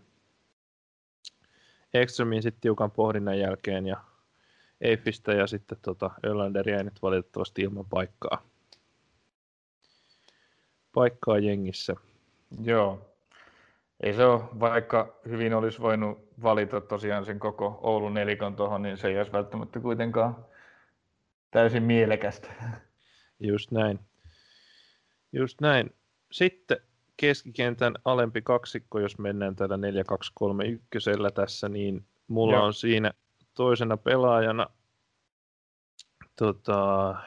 Ekströmin sitten tiukan pohdinnan jälkeen ja Eiffistä ja sitten tota Ölander jäi nyt valitettavasti ilman paikkaa. Paikkaa jengissä. Joo. Ei se ole, vaikka hyvin olisi voinut valita tosiaan sen koko Oulun nelikon tuohon, niin se ei olisi välttämättä kuitenkaan täysin mielekästä. Just näin. Just näin. Sitten keskikentän alempi kaksikko, jos mennään tällä neljä kaksi kolme yksi tässä, niin mulla Joo. on siinä toisena pelaajana tota,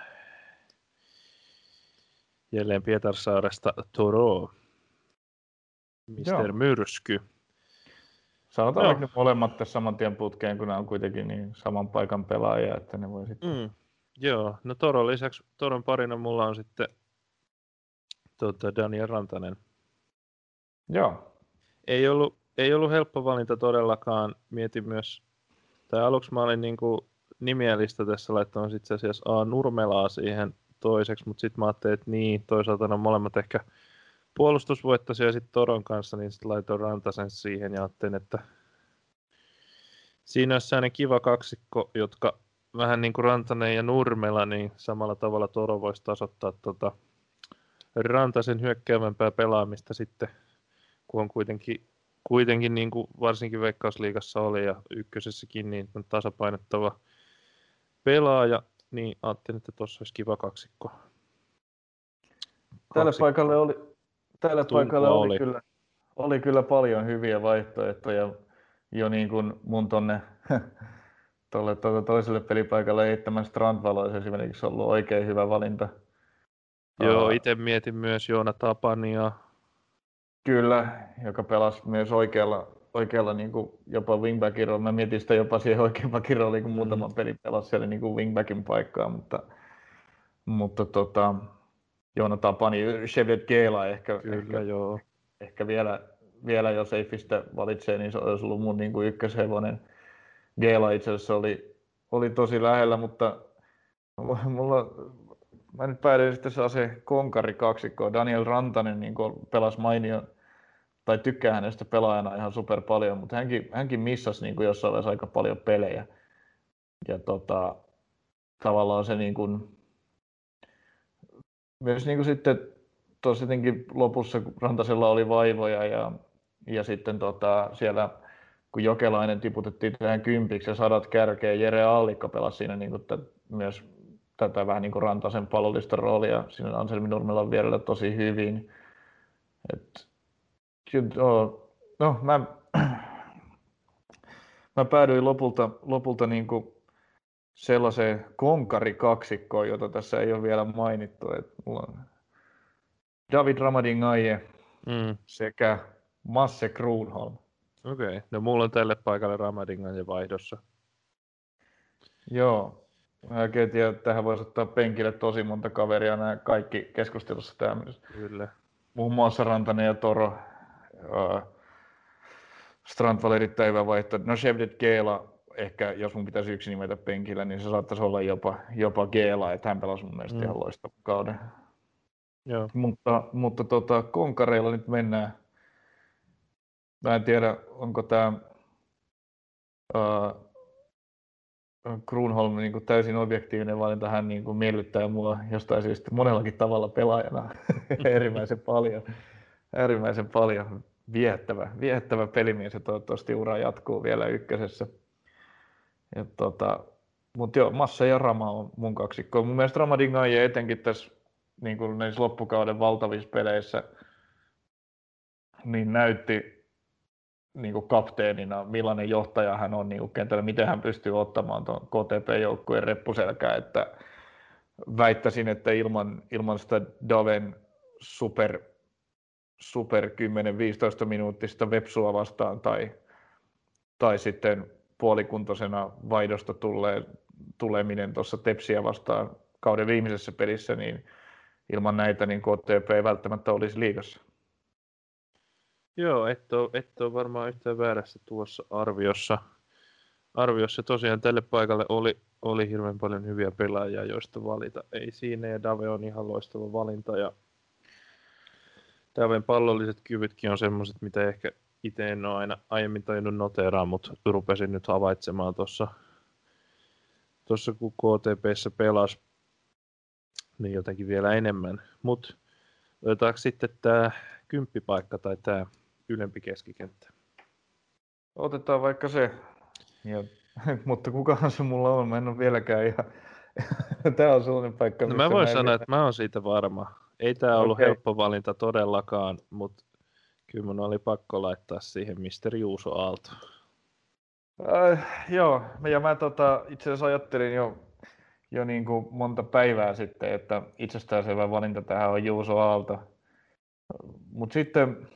jälleen Pietarsaaresta Toro, mister Myrsky. Sanotaan vaikka nyt molemmat tässä saman tien putkeen, kun nämä on kuitenkin niin saman paikan pelaajia, että ne voi sitten... Mm, joo, no Toron lisäksi, Toron parina mulla on sitten tota, Daniel Rantanen. Joo. Ei ollut, ei ollut helppo valinta todellakaan. Mietin myös, tai aluksi mä olin niin kuin nimiä listatessa laittanut itse asiassa A. Nurmelaa siihen toiseksi, mutta sitten mä ajattelin, että niin, toisaalta ne on molemmat ehkä puolustusvoittoisia sitten Toron kanssa, niin sitten laitoin Rantasen siihen ja ajattelin, että siinä olisi sellainen kiva kaksikko, jotka vähän niin kuin Rantanen ja Nurmela, niin samalla tavalla Toro voisi tasoittaa tota Rantasen hyökkäävämpää pelaamista sitten, kun on kuitenkin, kuitenkin niin kuin varsinkin Veikkausliigassa oli ja ykkösessäkin niin tasapainottava pelaaja, niin ajattelin, että tuossa olisi kiva kaksikko. Tälle kaksikko. paikalle oli, tälle paikalle oli, oli. Kyllä, oli kyllä paljon hyviä vaihtoehtoja jo niin kuin mun tonne tolle, tuota, toiselle pelipaikalle heittämän Strandvalo olisi esimerkiksi ollut oikein hyvä valinta. Joo, Uh, itse mietin myös Joona Tapania. Kyllä, joka pelasi myös oikealla, oikealla niin kuin jopa wingbackin roolilla. Mä mietin sitä jopa siihen oikeampakin rooliin, kun mm. muutaman pelin pelasi siellä niin kuin wingbackin paikkaa, mutta, mutta tota, Joona Tapani, Chevlet Gela ehkä, Kyllä, ehkä, joo. ehkä vielä, vielä jos Seifistä valitsee, niin se olisi ollut mun niin kuin ykköshevonen. Gela itse asiassa oli, oli tosi lähellä, mutta mulla, mä nyt päädyin sitten se konkari kaksikkoon. Daniel Rantanen niin pelasi mainio, tai tykkää hänestä pelaajana ihan super paljon, mutta hänkin, hänkin missasi niin kuin jossain vaiheessa aika paljon pelejä. Ja tota, tavallaan se niin kuin, myös niin kuin sitten tuossa jotenkin lopussa, kun Rantasella oli vaivoja ja, ja sitten tota, siellä kun Jokelainen tiputettiin tähän kympiksi ja sadat kärkeen, Jere Allikko pelasi siinä niin kuin t- myös tätä vähän niin kuin Rantasen pallollista roolia siinä Anselmi Nurmelan vierellä tosi hyvin. Et, no, mä, mä päädyin lopulta, lopulta niin kuin sellaiseen konkarikaksikkoon, jota tässä ei ole vielä mainittu. Et mulla on David Ramadingaje Mm. sekä Masse Kronholm. Okei, okay. No mulla on tälle paikalle Ramadingaje vaihdossa. Joo. Mä oikein tiedä, että tähän voisi ottaa penkille tosi monta kaveria, nämä kaikki keskustelussa tämmöisessä. Kyllä. Muun muassa Rantanen ja Toro. Uh, Strandvall erittäin hyvä vaihtoehto. No Chevdet Gela, ehkä jos mun pitäisi yksi nimetä penkillä, niin se saattaisi olla jopa, jopa Gela, että hän pelasi mun mielestä mm. ihan loistavan kauden. Joo. Mutta, mutta tota, konkareilla nyt mennään. Mä en tiedä, onko tämä uh, Kronholm niin kuin täysin objektiivinen valinta. Hän niin kuin miellyttää mua jostain syystä monellakin tavalla pelaajana äärimmäisen paljon. Äärimmäisen paljon viehättävä, viehättävä pelimies ja toivottavasti ura jatkuu vielä ykkösessä. Ja tota, mutta joo, Massa ja Rama on mun kaksikko. Mun mielestä Ramadingaje etenkin tässä niin kuin näissä loppukauden valtavissa peleissä niin näytti niin kuin kapteenina, millainen johtaja hän on niin kuin kentällä, miten hän pystyy ottamaan tuon K T P-joukkueen reppuselkää, että väittäisin, että ilman, ilman sitä Daven super, super kymmenen viisitoista minuuttista vepsua vastaan tai, tai sitten puolikuntoisena vaihdosta tulee, tuleminen tuossa Tepsiä vastaan kauden viimeisessä pelissä, niin ilman näitä niin K T P ei välttämättä olisi liigassa. Joo, et ole, et ole varmaan yhtään väärässä tuossa arviossa. Arviossa tosiaan tälle paikalle oli, oli hirveän paljon hyviä pelaajia, joista valita ei siinä, ja Dave on ihan loistava valinta, ja Daven pallolliset kyvytkin on semmoiset, mitä ehkä itse en ole aina aiemmin tajunnut noteraa, mutta rupesin nyt havaitsemaan tuossa, tuossa kun K T P:ssä pelasi, niin jotenkin vielä enemmän. Mutta otetaanko sitten tämä kymppipaikka tai tämä ylempi keskikenttä? Otetaan vaikka se. Ja, mutta kukahan se mulla on? Mä en ole vieläkään ihan... Tämä on sellainen paikka, no missä mä voin mä sanoa, vielä... että mä oon siitä varma. Ei tämä ollut okay. helppo valinta todellakaan, mutta kyllä mun oli pakko laittaa siihen misteri Juuso Aalto. Äh, joo, ja mä tota, itse asiassa ajattelin jo, jo niin kuin monta päivää sitten, että itsestäänselvä valinta tähän on Juuso Aalto. Mutta sitten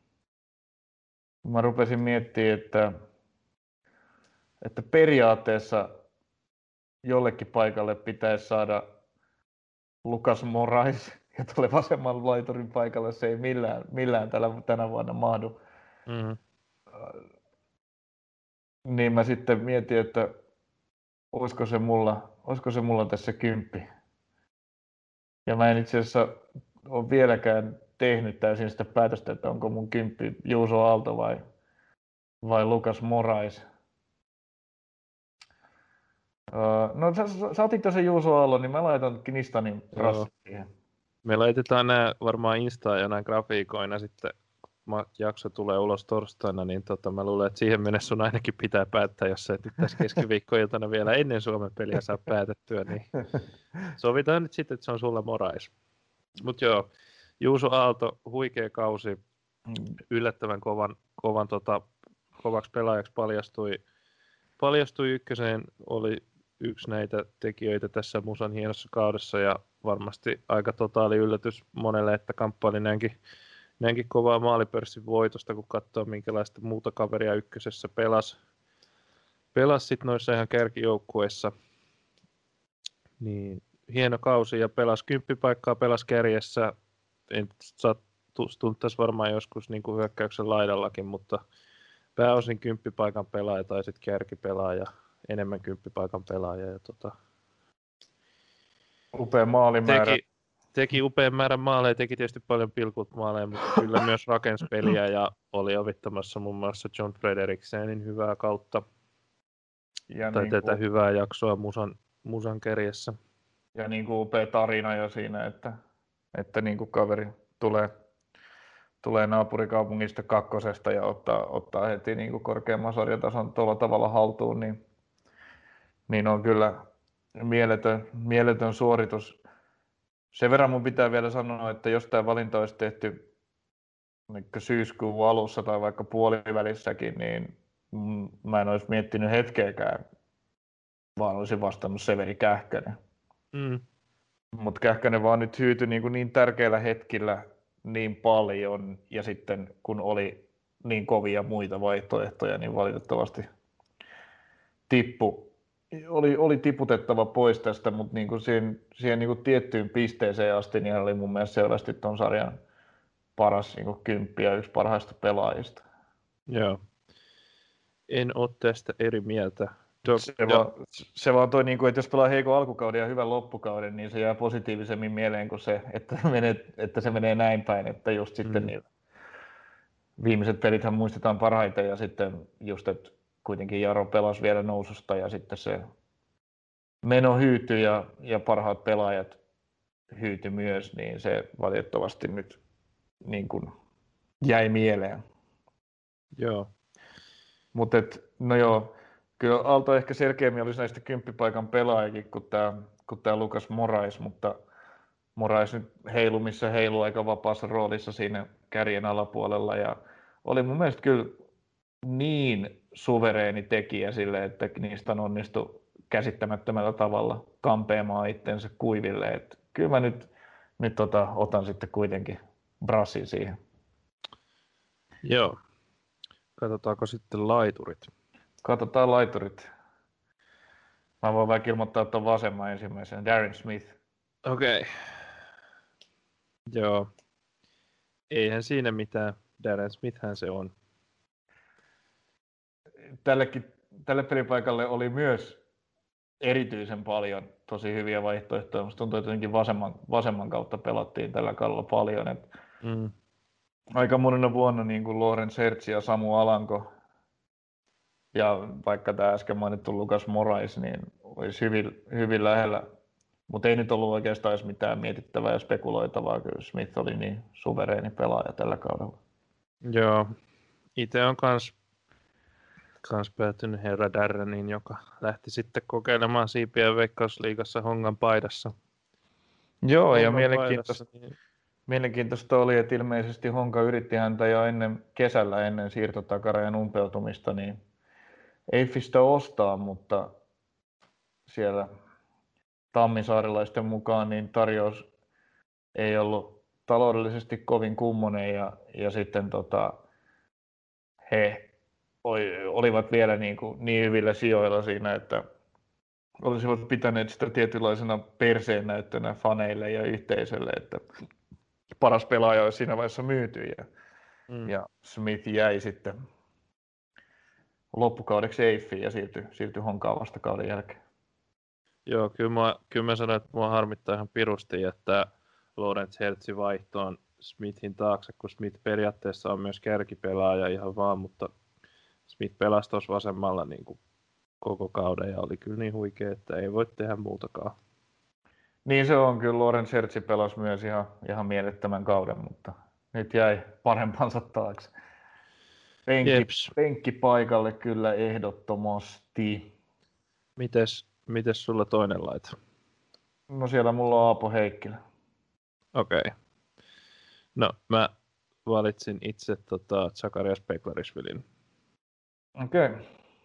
mä rupesin miettimään, että, että periaatteessa jollekin paikalle pitäisi saada Lukas Morais, ja tuolle vasemman laiturin paikalle se ei millään, millään tällä, tänä vuonna mahdu. Mm-hmm. niin mä sitten mietin, että olisiko se mulla, olisiko se mulla tässä kymppi. Ja mä en itse asiassa ole vieläkään tehnyt täysin sitä päätöstä, että onko mun kymppi Juuso Aalto vai, vai Lucas Morais. Uh, no sä, sä, sä otit tuossa Juuso Aallon, niin mä laitan Knistanin rassit siihen. Me laitetaan nämä varmaan Instaan ja nämä grafiikoina sitten, kun jakso tulee ulos torstaina, niin tota, mä luulen, että siihen mennessä sun ainakin pitää päättää, jos sä et nyt tässä keskiviikkoiltana vielä ennen Suomen peliä saa päätettyä, niin sovitaan nyt sitten, että se on sulla Morais. Mutta joo, Juuso Aalto, huikea kausi, yllättävän kovan, kovan tota, kovaksi pelaajaksi paljastui, paljastui ykköseen, oli yksi näitä tekijöitä tässä Musan hienossa kaudessa ja varmasti aika totaali yllätys monelle, että kamppaili näinkin, näinkin kovaa maalipörssin voitosta, kun katsoo minkälaista muuta kaveria ykkösessä pelasi. Pelasi sitten noissa ihan kärkijoukkueissa. Niin, hieno kausi ja pelasi kymppipaikkaa, pelasi kärjessä. En tuntaisi varmaan joskus niin kuin hyökkäyksen laidallakin, mutta pääosin kymppipaikan pelaaja tai sitten kärkipelaaja, enemmän kymppipaikan pelaaja. Ja tota, upea maalimäärä. Teki, teki upean määrän maaleja, teki tietysti paljon pilkut maaleja, mutta kyllä myös rakensi peliä ja oli avittamassa muun muassa John Frederiksenin hyvää kautta. Ja tai niin tätä kuin, hyvää jaksoa Musan, Musan kärjessä. Ja niin kuin upea tarina jo siinä, että, että niin kuin kaveri tulee, tulee naapurikaupungista kakkosesta ja ottaa, ottaa heti niin kuin korkeamman sarjatason tuolla tavalla haltuun, niin, niin on kyllä mieletön, mieletön suoritus. Sen verran mun pitää vielä sanoa, että jos tämä valinta olisi tehty syyskuun alussa tai vaikka puolivälissäkin, niin mä en olisi miettinyt hetkeäkään, vaan olisin vastannut Severi Kähkönen. Mm. Mutta Kähkönen vaan nyt hyytyi niin, niin tärkeillä hetkillä niin paljon, ja sitten kun oli niin kovia muita vaihtoehtoja, niin valitettavasti tippu. Oli, oli tiputettava pois tästä, mutta niin kuin siihen, siihen niin kuin tiettyyn pisteeseen asti niin hän oli mun mielestä selvästi ton sarjan paras niin kuin kymppi ja yksi parhaista pelaajista. Joo. En ole tästä eri mieltä. Tuo, se, vaan, se vaan toi, niin kuin, että jos pelaa heikon alkukauden ja hyvän loppukauden, niin se jää positiivisemmin mieleen kuin se, että, menee, että se menee näin päin, että just sitten mm. niin, viimeiset pelithän muistetaan parhaiten ja sitten just, että kuitenkin Jaro pelasi vielä noususta ja sitten se meno hyytyi ja, ja parhaat pelaajat hyytyi myös, niin se valitettavasti nyt niin kuin jäi mieleen. Joo. Mutta no joo, kyllä Aalto ehkä selkeämmin olisi näistä kymppipaikan pelaajakin kuin tämä kuin tämä Lucas Morais, mutta Morais nyt heilu, missä heilu aika vapaassa roolissa siinä kärjen alapuolella ja oli mun mielestä kyllä niin suvereeni tekijä sille, että niistä on onnistu käsittämättömällä tavalla kampeamaan itsensä kuiville. Et kyllä mä nyt, nyt tota, otan sitten kuitenkin brassin siihen. Joo. Katsotaanko sitten laiturit? Katsotaan laiturit. Mä voin vaikka ilmoittaa tuon vasemman ensimmäisen, Darren Smith. Okei. Okay. Joo. Eihän siinä mitään. Darren Smithhän se on. Tällekin, tälle pelipaikalle oli myös erityisen paljon tosi hyviä vaihtoehtoja. Musta tuntuu, että jotenkin vasemman, vasemman kautta pelattiin tällä kaudella paljon. Et mm. Aika monena vuonna niin kuin Lorenz Hertz ja Samu Alanko ja vaikka tämä äsken mainittu Lucas Morais, niin olisi hyvin, hyvin lähellä. Mutta ei nyt ollut oikeastaan edes mitään mietittävää ja spekuloitavaa, kyllä Smith oli niin suvereeni pelaaja tällä kaudella. Joo, itse on kans, kans päätynyt herra Darrenin, joka lähti sitten kokeilemaan siipiä Veikkausliigassa Hongan paidassa. Joo, Hongan ja mielenkiintoista, paidassa, niin... mielenkiintoista oli, että ilmeisesti Honka yritti häntä jo ennen kesällä ennen siirtotakarajan umpeutumista, niin ei Fistä ostaa, mutta siellä tammisaarilaisten mukaan niin tarjous ei ollut taloudellisesti kovin kummonen ja, ja sitten tota, he olivat vielä niin, kuin niin hyvillä sijoilla siinä, että olisivat pitäneet sitä tietynlaisena perseen näyttönä faneille ja yhteisölle, että paras pelaaja olisi siinä vaiheessa myyty ja, mm. ja Smith jäi sitten loppukaudeksi Eiffiin ja siirtyi, siirtyi Honkaan vasta kauden jälkeen. Joo, kyllä mä, kyllä mä sanoin, että mua harmittaa ihan pirusti, että Lawrence Hertzi vaihtoon Smithin taakse, kun Smith periaatteessa on myös kärkipelaaja ihan vaan, mutta Smith pelasi tuossa vasemmalla niin kuin koko kauden ja oli kyllä niin huikea, että ei voi tehdä muutakaan. Niin se on, kyllä Lawrence Hertzi pelasi myös ihan, ihan mielettömän kauden, mutta nyt jäi parempansa taakse. Penkki, penkki paikalle kyllä ehdottomasti. Mites, mites sulla toinen laita? No siellä mulla on Aapo Heikkilä. Okei. Okay. No mä valitsin itse tota Zacharias Beklarisvilin. Okei. Okay.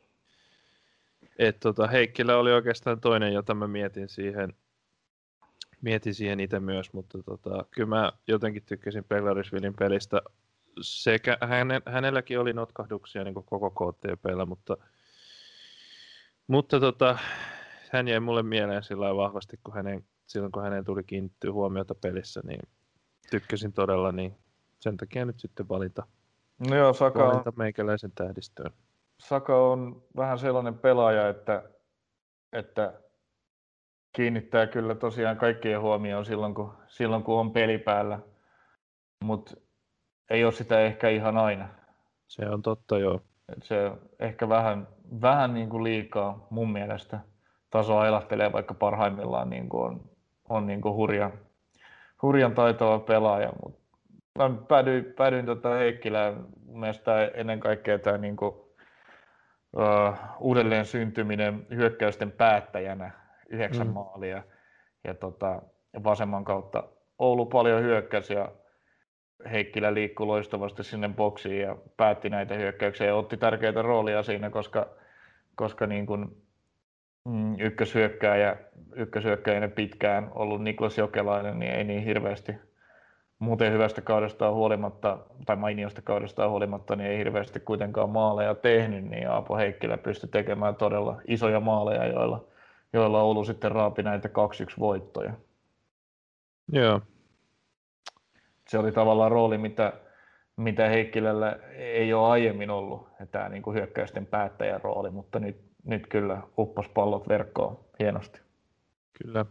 Et tota Heikkilä oli oikeastaan toinen, jota mä mietin siihen, mietin siihen itse myös, mutta tota, kyllä mä jotenkin tykkäsin Beklarisvilin pelistä. Sekä häne, hänelläkin oli notkahduksia niin kuin koko K T P:llä, mutta, mutta tota, hän jäi mulle mieleen sillä vahvasti, kun hänen, silloin kun hänen tuli kiinnittyä huomiota pelissä, niin tykkäsin todella, niin sen takia nyt sitten valita, no joo, Saka valita on, meikäläisen tähdistöön. Saka on vähän sellainen pelaaja, että, että kiinnittää kyllä tosiaan kaikkien huomioon silloin, kun, silloin, kun on peli päällä, mutta ei ole sitä ehkä ihan aina. Se on totta, joo. Et se ehkä vähän, vähän niin kuin liikaa mun mielestä taso ailahtelee, vaikka parhaimmillaan niin kuin on, on niin kuin hurjan, hurjan taitava pelaaja. Mut mä päädyin, päädyin tota Heikkilään. Mielestäni ennen kaikkea tämä niin kuin, uh, uudelleen syntyminen hyökkäysten päättäjänä, yhdeksän mm. maalia. Ja tota, vasemman kautta Oulu paljon hyökkäsi ja Heikkilä liikkui loistavasti sinne boksiin ja päätti näitä hyökkäyksiä ja otti tärkeitä roolia siinä, koska, koska niin kuin, mm, ykköshyökkääjä, ykköshyökkäjänä pitkään ollut Niklas Jokelainen, niin ei niin hirveästi muuten hyvästä kaudestaan huolimatta, tai mainiosta kaudestaan huolimatta, niin ei hirveästi kuitenkaan maaleja tehnyt, niin Aapo Heikkilä pystyi tekemään todella isoja maaleja, joilla, joilla Oulu sitten raapi näitä kaksi yksi voittoja. Joo. Se oli tavallaan rooli, mitä, mitä Heikkilällä ei ole aiemmin ollut, tämä niin kuin hyökkäysten päättäjän rooli, mutta nyt, nyt kyllä uppos pallot verkkoon hienosti. Kyllä.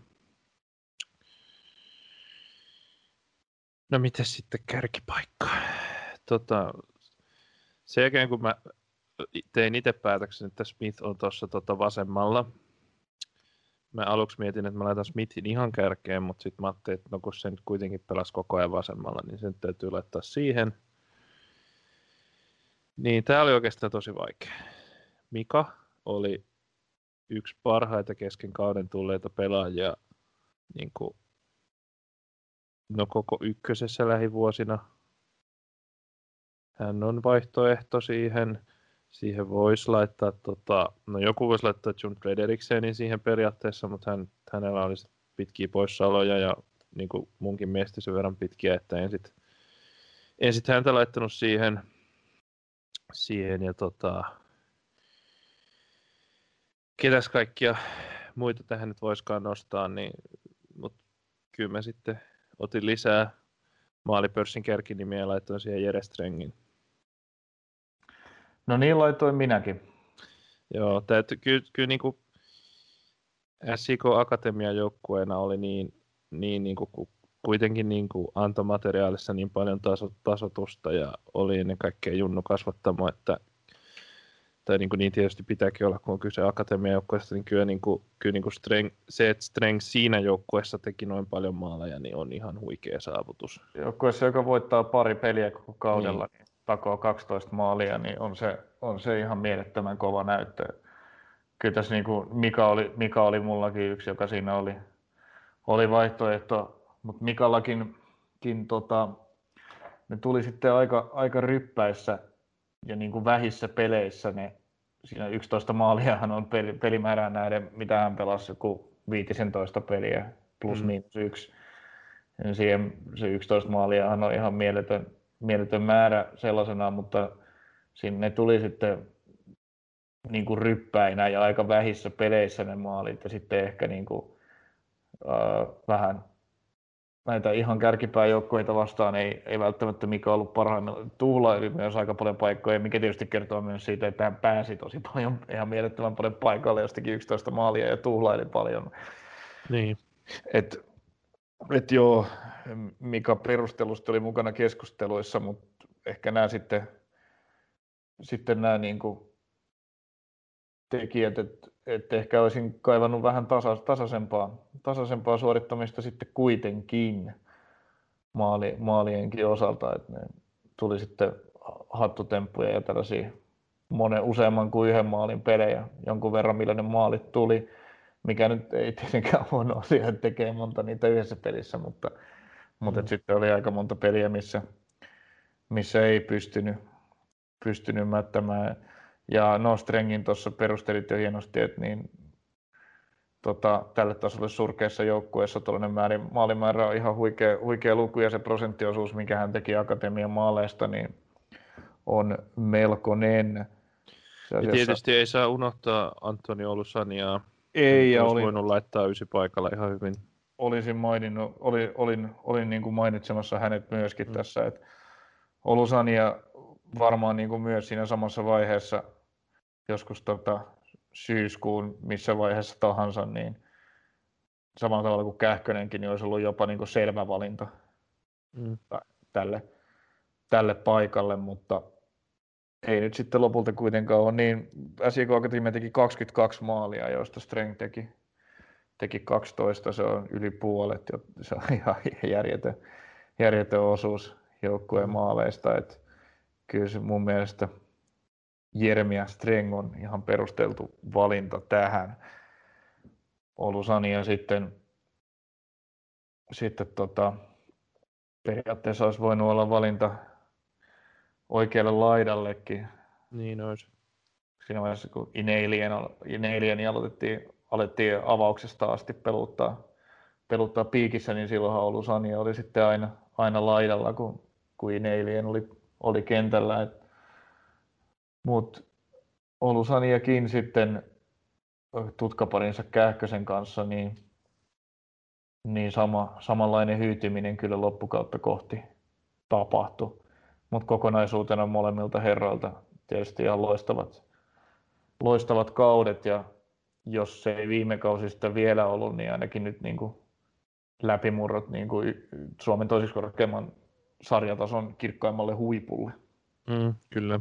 No miten sitten kärkipaikka? Tota, sen jälkeen kun mä tein itse päätöksen, että Smith on tuossa tota vasemmalla, mä aluksi mietin, että mä laitan Smithin ihan kärkeen, mutta sitten mä ajattelin, että no kun se nyt kuitenkin pelasi koko ajan vasemmalla, niin sen täytyy laittaa siihen. Niin tää oli oikeastaan tosi vaikea. Mika oli yksi parhaita kesken kauden tulleita pelaajia niin kuin, no koko ykkösessä lähivuosina. Hän on vaihtoehto siihen. Siihen voisi laittaa, tota, no joku voisi laittaa John Frederiksenin siihen periaatteessa, mutta hän, hänellä olisi pitkiä poissaoloja ja niin kuin munkin mielestä sen verran pitkiä, että en sitten en sit häntä laittanut siihen. siihen ja tota, ketäs kaikkia muita tähän nyt voisikaan nostaa, niin, mutta kyllä mä sitten otin lisää maalipörssin kärkinimiä ja laitoin siihen Jere Strengin. No niin laitoin minäkin. Joo, täytyy, kyllä, kyllä niin kuin S I K Akatemian joukkueena oli niin, niin, niin kuin, kuitenkin niin kuin antoi materiaalissa niin paljon taso, tasotusta ja oli ennen kaikkea Junnu kasvattamo, että tai niin, kuin niin tietysti pitääkin olla, kun on kyse akatemian joukkueesta, niin kyllä, niin kuin, kyllä niin kuin Streng, se, että Streng siinä joukkueessa teki noin paljon maaleja, niin on ihan huikea saavutus. Joukkueessa, joka voittaa pari peliä koko kaudella, niin, niin takoo kaksitoista maalia, niin on se, on se ihan mielettömän kova näyttö. Kyllä tässä niin kuin Mika, oli, Mika oli mullakin yksi, joka siinä oli, oli vaihtoehto, mutta Mikallakin kin, tota, ne tuli sitten aika, aika ryppäissä ja niin kuin vähissä peleissä ne, siinä yksitoista maaliahan on peli, pelimäärään näiden, mitä hän pelasi, joku viisitoista peliä plus mm. miinus yksi. Ja siihen, se yksitoista maaliahan on ihan mieletön, mieletön määrä sellaisenaan, mutta sinne tuli sitten niin kuin ryppäinä ja aika vähissä peleissä ne maalit ja sitten ehkä niin kuin, äh, vähän, näitä ihan kärkipääjoukkoita vastaan ei, ei välttämättä Mika ollut parhaimmillaan. Tuhlaili myös aika paljon paikkoja, mikä tietysti kertoo myös siitä, että hän pääsi tosi paljon, ihan mielettömän paljon paikalle, jostakin yksitoista maalia ja tuhlaili paljon. Niin. Et, et joo, Mika perustelusti oli mukana keskusteluissa, mutta ehkä nämä sitten, sitten nämä niinku tekijät, että et ehkä olisin kaivannut vähän tasa, tasaisempaa, tasaisempaa suorittamista sitten kuitenkin maali, maalienkin osalta, että ne tuli sitten hattutemppuja ja tällaisia monen useamman kuin yhden maalin pelejä, jonkun verran millä ne maalit tuli, mikä nyt ei tietenkään huono asia, että tekee monta niitä yhdessä pelissä, mutta, mm. mutta sitten oli aika monta peliä, missä, missä ei pystynyt, pystynyt mättämään. Ja no Strengin tuossa perustelit jo hienosti, että niin, tota, tälle tasolle surkeassa joukkueessa tuollainen maalimäärä on ihan huikea, huikea luku, ja se prosenttiosuus, minkä hän teki akatemian maaleista, niin on melkoinen. Ja tietysti ei saa unohtaa Antoni Olusaniaa. Ei, ja olisi olin, voinut laittaa ysi paikalla ihan hyvin. Olisin maininnut, olin, olin, olin niin kuin mainitsemassa hänet myöskin mm. tässä, että Olusania varmaan niin kuin myös siinä samassa vaiheessa, joskus tota, syyskuun missä vaiheessa tahansa, niin samalla tavalla kuin Kähkönenkin, niin olisi ollut jopa niin kuin selvä valinta mm. tälle, tälle paikalle, mutta ei nyt sitten lopulta kuitenkaan ole niin. S J K Akatemia teki kaksikymmentäkaksi maalia, joista Streng teki, teki kaksitoista, se on yli puolet, se on ihan järjetön, järjetön osuus joukkueen mm. maaleista, että kyllä se mun mielestä Jeremia Streng on ihan perusteltu valinta tähän. Olusania sitten, sitten tota, periaatteessa olisi voinut olla valinta oikealle laidallekin. Niin olisi. Siinä vaiheessa, kun Ineilieni aloitettiin, alettiin avauksesta asti peluttaa, peluttaa piikissä, niin silloinhan Olusania oli sitten aina, aina laidalla, kun, kun Ineilien oli, oli kentällä. Mutta Olusaniakin sitten tutkaparinsa Kähkösen kanssa, niin, niin sama, samanlainen hyytyminen kyllä loppukautta kohti tapahtui. Mutta kokonaisuutena molemmilta herroilta tietysti ihan loistavat, loistavat kaudet, ja jos se ei viime kausi sitä vielä ollut, niin ainakin nyt niin kuin läpimurrot niin kuin Suomen toiseksi korkeimman sarjatason kirkkaimmalle huipulle. Mm, kyllä.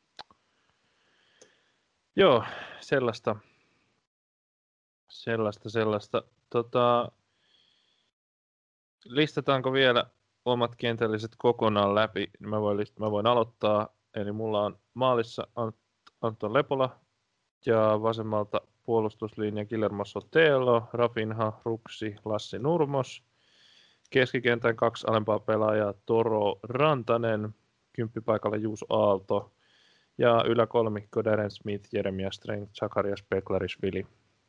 Joo, sellaista. Sellaista, sellaista. Tota, listataanko vielä omat kentälliset kokonaan läpi? Mä voin, mä voin aloittaa. Eli mulla on maalissa Anton Lepola ja vasemmalta puolustuslinja Guillermo Sotelo, Rafinha, Ruksi, Lassi Nurmos. Keskikentän kaksi alempaa pelaajaa Toro Rantanen, kymppipaikalla Juus Aalto ja yläkolmikko Darren Smith, Jeremia Streng, Zacharias Peklarishvili.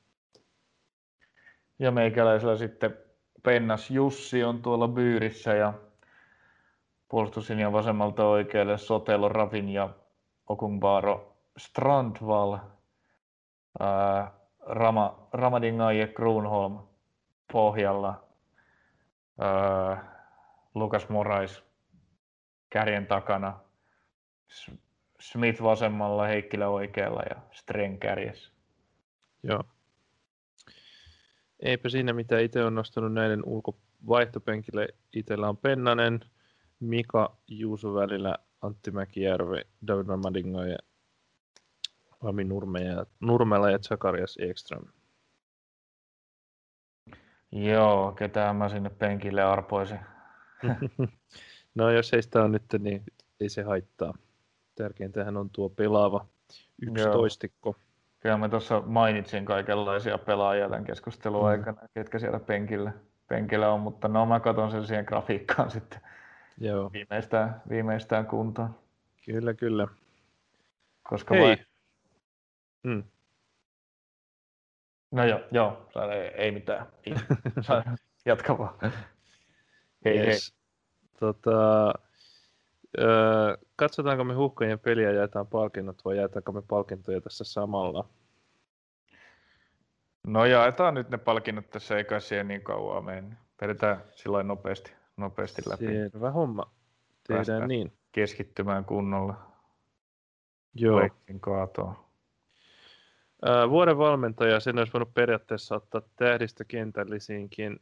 Ja meikäläisellä sitten Pennas Jussi on tuolla byyrissä ja puolustuslinjan vasemmalta oikealle Sotelo, Rafinha, Okunbaro, Strandval, ää, Rama, Ramadingaje, Kruunholm pohjalla, ää, Lukas Morais kärjen takana, Smith vasemmalla, Heikkilä oikealla ja Streng kärjessä. Joo. Eipä siinä mitään. Itse on nostanut näiden ulkovaihtopenkille. Itsellä on Pennanen, Mika Juuso välillä, Antti Mäkijärvi, David Ramadinga ja Ami Nurmela ja Zacharias Ekström. Joo, ketään mä sinne penkille arpoisin. No jos ei sitä ole nyt, niin ei se haittaa. Tärkeintähän on tuo pelaava yksitoistikko. Kyllä mä tuossa mainitsin kaikenlaisia pelaajia tämän keskustelun mm. aikana, ketkä siellä penkillä, penkillä on, mutta no mä katson sen siihen grafiikkaan sitten Joo. Viimeistään, viimeistään kuntoon. Kyllä, kyllä. Koska Hei! Vai... Mm. No joo, joo ei, ei mitään. Jatka vaan. Hei yes. hei. Tota, öö, katsotaanko me Huuhkajien peliä ja jaetaan palkinnot vai jaetaanko me palkintoja tässä samalla? No jaetaan nyt ne palkinnot tässä, eikä siihen niin kauan mennä. vedetään sillä nopeasti, nopeasti läpi. Selvä homma. Tehdään Päästään niin. keskittymään kunnolla Joo. Blakein kaatoon. Ää, vuoden valmentaja, sen olisi voinut periaatteessa ottaa tähdistökentällisiinkin,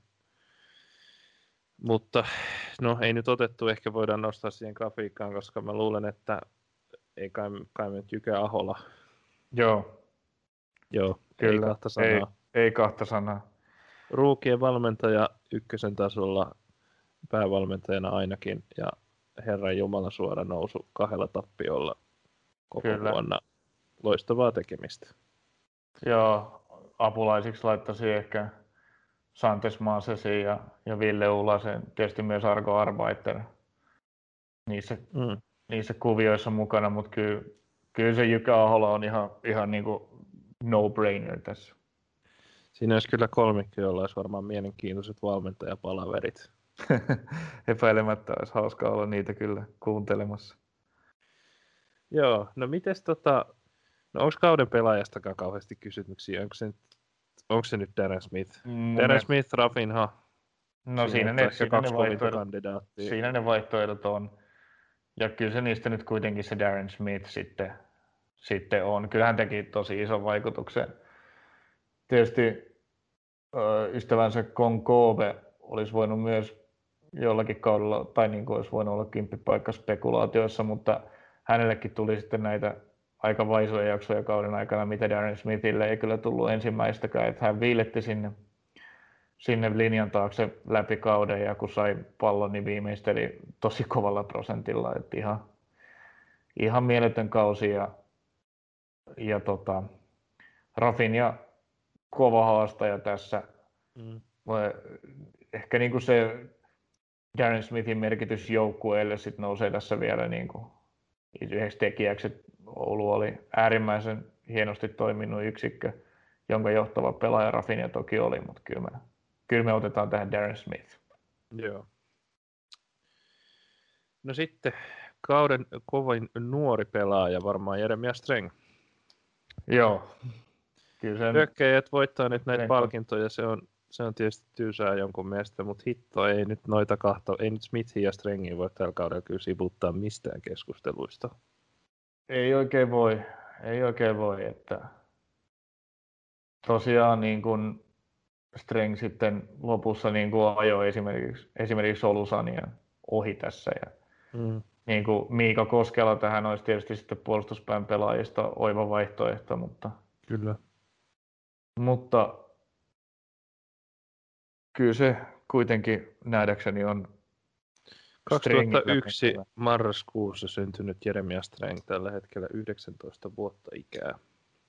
mutta no ei nyt otettu, ehkä voidaan nostaa siihen grafiikkaan, koska mä luulen, että ei kai, kai me nyt Jykä Ahola. Joo, Joo, kyllä. ei kahta sanaa. Ei, ei kahta sanaa. Ruukien valmentaja ykkösen tasolla päävalmentajana ainakin, ja Herran Jumala suora nousu kahdella tappiolla koko Kyllä. vuonna. Loistavaa tekemistä. Joo, apulaisiksi laittaisi ehkä Santes Maasesin ja, ja Ville Ulasen, tietysti myös Argo Arbeiter niissä, Mm. niissä kuvioissa mukana, mutta kyllä, kyllä se Jykä Ahola on ihan, ihan niin kuin no-brainer tässä. Siinä olisi kyllä kolmikko, jolla olisi varmaan mielenkiintoiset valmentajapalaverit. Epäilemättä olisi hauska olla niitä kyllä kuuntelemassa. Joo, no mites tota, no onko kauden pelaajastakaan kauheasti kysymyksiä? Onko se nyt, onko se nyt Darren Smith? Mun Darren mielestä- Smith, Rafinha, No siinä, on ne, ehkä siinä, ne kaksi vaihtoehdot, kolmikkokandidaattia. siinä ne vaihtoehdot on. Ja kyllä se niistä nyt kuitenkin se Darren Smith sitten, sitten on. Kyllä hän teki tosi ison vaikutuksen. Tietysti ö, ystävänsä Konkove olisi voinut myös jollakin kaudella, tai niin kuin olisi voinut olla kymppipaikka spekulaatioissa, mutta hänellekin tuli sitten näitä aika vaisoja jaksoja kauden aikana, mitä Darren Smithille ei kyllä tullut ensimmäistäkään, että hän viiletti sinne, sinne linjan taakse läpi kauden, ja kun sai pallon, niin viimeisteli tosi kovalla prosentilla, että ihan, ihan mieletön kausi, ja, ja tota, Rafinha kova haastaja tässä. Mm. Ehkä niin kuin se Darren Smithin merkitys joukkueelle sit nousee tässä vielä niin kuin yhdeksi tekijäksi. Oulu oli äärimmäisen hienosti toiminut yksikkö, jonka johtava pelaaja Rafinha toki oli, mutta kyllä me, kyllä me otetaan tähän Darren Smith. Joo. No sitten kauden kovin nuori pelaaja, varmaan Jeremia Streng. Joo. Kyllä sen, Hyökkäjät voittaa nyt näitä Streng- palkintoja, se on, se on tietysti tyysää jonkun mielestä, mutta hitto ei nyt noita kahta, ei nyt Smithin ja Strengin voi tällä kaudella kyllä sivuttaa mistään keskusteluista. ei oikein voi, ei oikein voi, että tosiaan niin kuin Streng sitten lopussa niin kuin ajoi esimerkiksi, esimerkiksi Olusanian ohi tässä. Ja Mm. niin kuin Miika Koskela tähän olisi tietysti sitten puolustuspään pelaajista oiva vaihtoehto, mutta, Kyllä. mutta kyllä se kuitenkin nähdäkseni on kaksituhattayksi Strengillä. marraskuussa syntynyt Jeremia Streng, tällä hetkellä yhdeksäntoista vuotta ikää.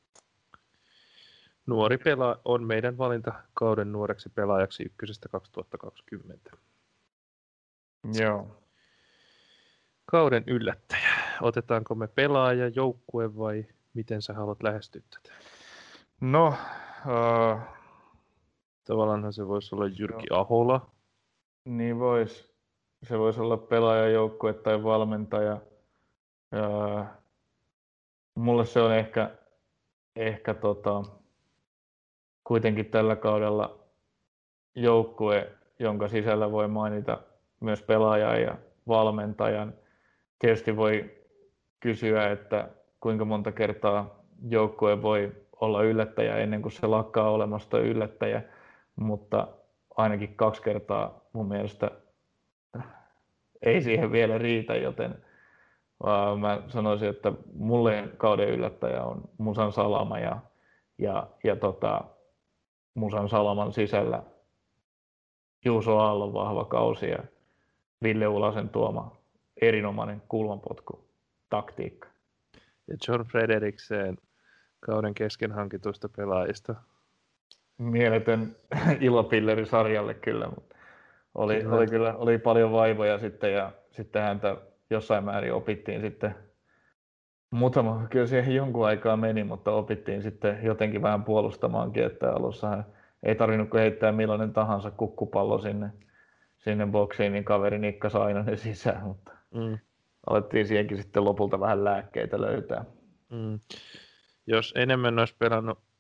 Nuori pelaaja on meidän valinta kauden nuoreksi pelaajaksi ykkösestä kaksituhattakaksikymmentä. Joo. Kauden yllättäjä. Otetaanko me pelaaja, joukkue vai miten sä haluat lähestyä tätä? No, uh, Tavallaanhan se voisi olla Jyrki Ahola. niin vois, se voisi olla pelaaja, joukkue tai valmentaja. Uh, mulle se on ehkä, ehkä tota, kuitenkin tällä kaudella joukkue, jonka sisällä voi mainita myös pelaajan ja valmentajan. Tietysti voi kysyä, että kuinka monta kertaa joukkue voi olla yllättäjä ennen kuin se lakkaa olemasta yllättäjä, mutta ainakin kaksi kertaa mun mielestä ei siihen vielä riitä, joten mä sanoisin, että mulle kauden yllättäjä on Musan Salama ja, ja, ja tota, Musan Salaman sisällä Juuso Aallon vahva kausi ja Ville Ulasen tuoma erinomainen kulmanpotku taktiikka. Ja John Frederiksen kauden kesken hankituista pelaajista. Mieletön ilopilleri sarjalle kyllä, mutta oli kyllä. oli kyllä oli paljon vaivoja sitten ja sitten häntä jossain määrin opittiin sitten muutama, kyllä siihen jonkun aikaa meni, mutta opittiin sitten jotenkin vähän puolustamaankin, että alussa ei tarvinnut heittää millainen tahansa kukkupallo sinne, sinne boksiin, niin kaveri nikkasi aina ne sisään, mutta mm. alettiin siihenkin sitten lopulta vähän lääkkeitä löytää. Mm. Jos enemmän olisi pelannut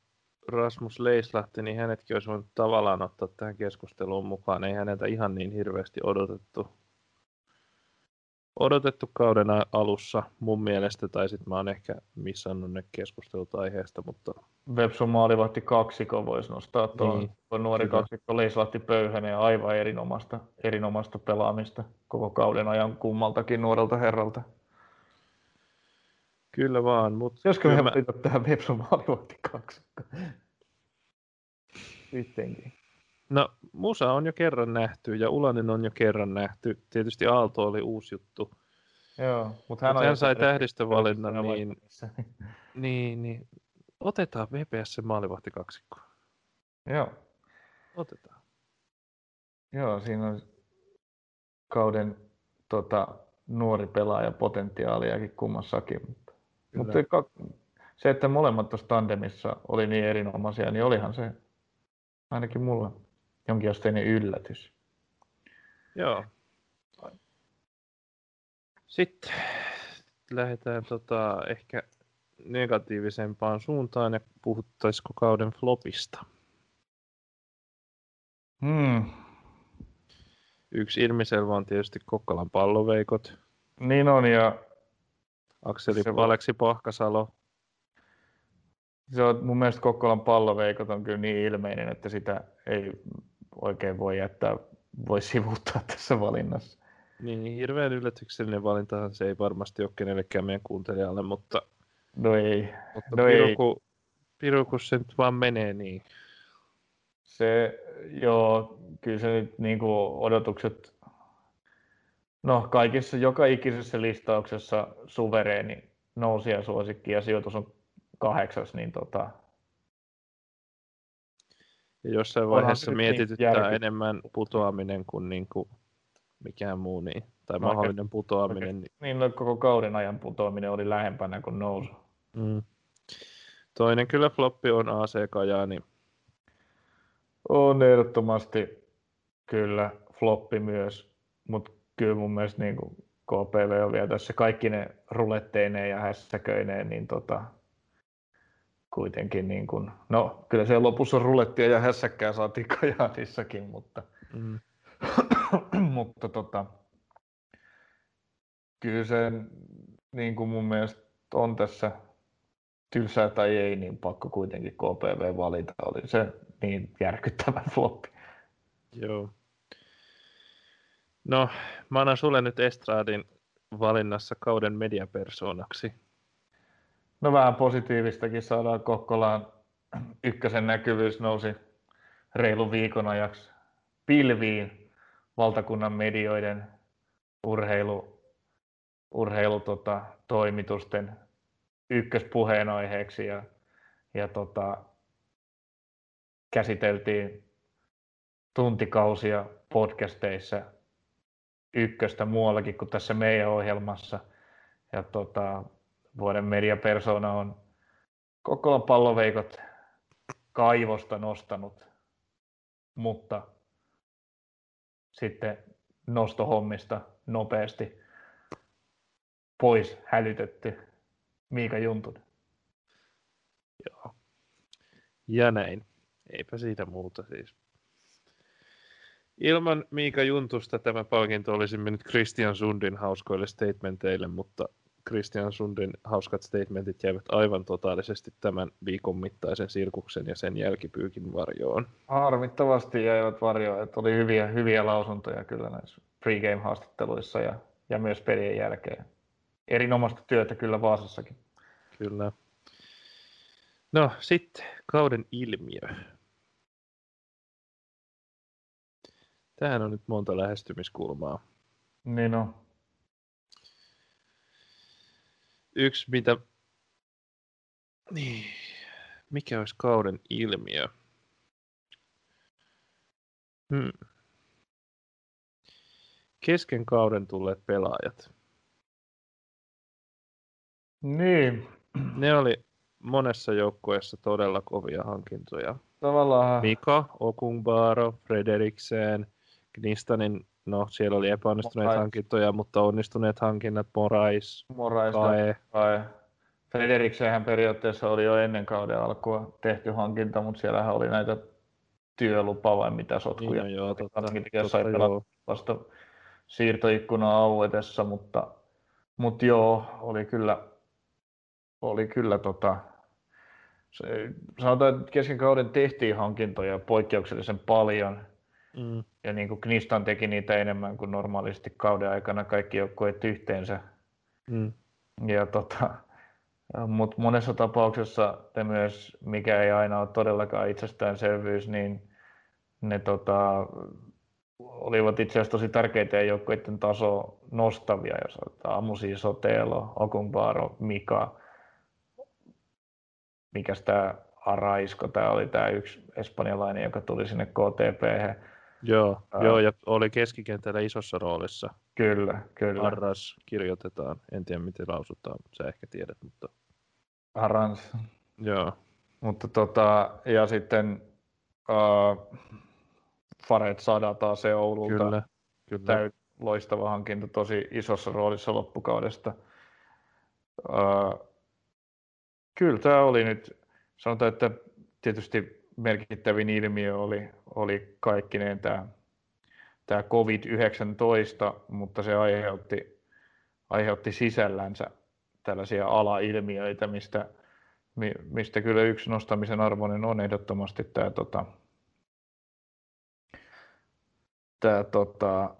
Rasmus Leislahti, niin hänetkin olisi voinut tavallaan ottaa tähän keskusteluun mukaan. Ei häneltä ihan niin hirveästi odotettu, odotettu kauden alussa mun mielestä, tai sitten mä oon ehkä missannut ne keskustelut aiheesta, mutta... Vepsun maalivahti kaksikko voisi nostaa tuon niin, nuori kyllä. kaksikko Leislahti Pöyhänen ja aivan erinomaista, erinomaista pelaamista koko kauden ajan kummaltakin nuorelta herralta. Kyllä vaan, mutta... Josko me mä... tähän Vepsun maalivahti kaksikko? Sittenkin. No, Musa on jo kerran nähty ja Ulanen on jo kerran nähty. Tietysti Aalto oli uusi juttu. Joo, mutta hän, Mut hän sai tähdistövalinnan, niin, niin, niin otetaan V P S maalivahti kaksikko. Joo. Otetaan. Joo, siinä on kauden tota, nuori pelaaja potentiaaliakin kummassakin. Mutta, mutta se, että molemmat tuossa tandemissa oli niin erinomaisia, niin olihan se ainakin mulla jonkinasteinen yllätys. Joo. Sitten lähdetään tota, ehkä negatiivisempaan suuntaan ja puhuttaisiko kauden flopista. Hmm. Yksi ilmiselvä on tietysti Kokkolan palloveikot. Niin on, ja Akseli se Aleksi Pahkasalo. Se on, mun mielestä Kokkolan palloveikot on kyllä niin ilmeinen, että sitä ei oikein voi jättää, voi sivuuttaa tässä valinnassa. Niin, hirveän yllätyksellinen valintahan se ei varmasti ole kenellekään meidän kuuntelijalle, mutta... No ei. Mutta no piru, ei. Piru, kun se nyt vaan menee niin. Se, joo, kyllä se nyt niin kuin odotukset... No kaikissa, joka ikisessä listauksessa suvereeni nousijasuosikki ja sijoitus on kahdeksas, niin tota... Ja jossain vaiheessa mietityttää niin enemmän putoaminen kuin, niin kuin mikään muu, niin, tai no, mahdollinen oikein, putoaminen. Oikein, niin no, koko kauden ajan putoaminen oli lähempänä kuin nousu. Mm. Toinen kyllä floppi on A C Kajaani. On ehdottomasti kyllä floppi myös, mutta kyllä mun mielestä niin kuin K P V on vielä tässä kaikki ne ruletteineen ja hässäköineen, niin tota, kuitenkin niin kuin, no kyllä siellä lopussa rulettia ja hässäkkää saatiin Kajaanissakin, mutta, mm. mutta tota, kyllä se niin kuin mun mielestä on tässä tylsää tai ei, niin pakko kuitenkin K P V valita. Oli se niin järkyttävä floppi. Joo. No, mä annan sulle nyt Estradin valinnassa kauden mediapersoonaksi. No vähän positiivistakin saadaan Kokkolaan. Ykkösen näkyvyys nousi reilun viikon ajaksi pilviin valtakunnan medioiden urheilu, urheilu tota, toimitusten ykköspuheenaiheeksi ja, ja tota, käsiteltiin tuntikausia podcasteissa ykköstä muuallakin kuin tässä meidän ohjelmassa. Ja tota, vuoden mediapersona on Kokkolan palloveikot kaivosta nostanut, mutta sitten nostohommista nopeasti pois hälytetty Miika Juntunen. Joo. Ja näin. Eipä siitä muuta siis. Ilman Miika Juntusta tämä palkinto olisi mennyt Christian Sundin hauskoille statementeille, mutta Christian Sundin hauskat statementit jäivät aivan totaalisesti tämän viikon mittaisen sirkuksen ja sen jälkipyykin varjoon. Harmittavasti jäivät varjoon, että oli hyviä, hyviä lausuntoja kyllä näissä pregame-haastatteluissa ja, ja myös pelien jälkeen. Erinomaista työtä kyllä Vaasassakin. Kyllä. No sitten kauden ilmiö. Tähän on nyt monta lähestymiskulmaa. Niin on. Yksi, mitä... Niin. Mikä olisi kauden ilmiö? Hmm. Kesken kauden tulleet pelaajat. Niin. Ne oli monessa joukkueessa todella kovia hankintoja. Tavallaan... Mika, Okunbaro, Frederiksen, Knistanin, no siellä oli epäonnistuneet Morais. hankintoja, mutta onnistuneet hankinnat, Morais, Morais Kae. Kae. Frederiksenhän periaatteessa oli jo ennen kauden alkua tehty hankinta, mutta siellähän oli näitä työlupa vai mitä sotkuja. Niin, no joo, totta, Hankintakin sai totta pelata joo. vasta siirtoikkuna auetessa, mutta, mutta joo, oli kyllä, oli kyllä tota, se, sanotaan, että kesken kauden tehtiin hankintoja poikkeuksellisen paljon, Mm. ja niin kuin Knistan teki niitä enemmän kuin normaalisti kauden aikana kaikki joukkueet yhteensä. Mm. Ja tota, mutta monessa tapauksessa te myös, mikä ei aina ole todellakaan itsestäänselvyys, niin ne tota, olivat itse asiassa tosi tärkeitä ja joukkueiden taso nostavia, jos otetaan Amusi, Sotelo, Okunbaro, Mika, mikäs tämä Araisko, tämä oli tämä yksi espanjalainen, joka tuli sinne K T P. Joo, Ää, joo, ja oli keskikentällä isossa roolissa. Kyllä, kyllä. Arras kirjoitetaan, en tiedä miten lausutaan, mutta sä ehkä tiedät, mutta Arans. joo. Mutta tota, ja sitten uh, Faret Sadata se Oululta. Kyllä, kyllä. Täyt, loistava hankinta, tosi isossa roolissa loppukaudesta. Uh, kyllä tämä oli nyt, sanotaan, että tietysti merkittävin ilmiö oli, oli kaikkineen tämä, tämä covid yhdeksäntoista, mutta se aiheutti, aiheutti sisällänsä tällaisia alailmiöitä, mistä, mistä kyllä yksi nostamisen arvoinen on ehdottomasti tämä, tota, tämä tota,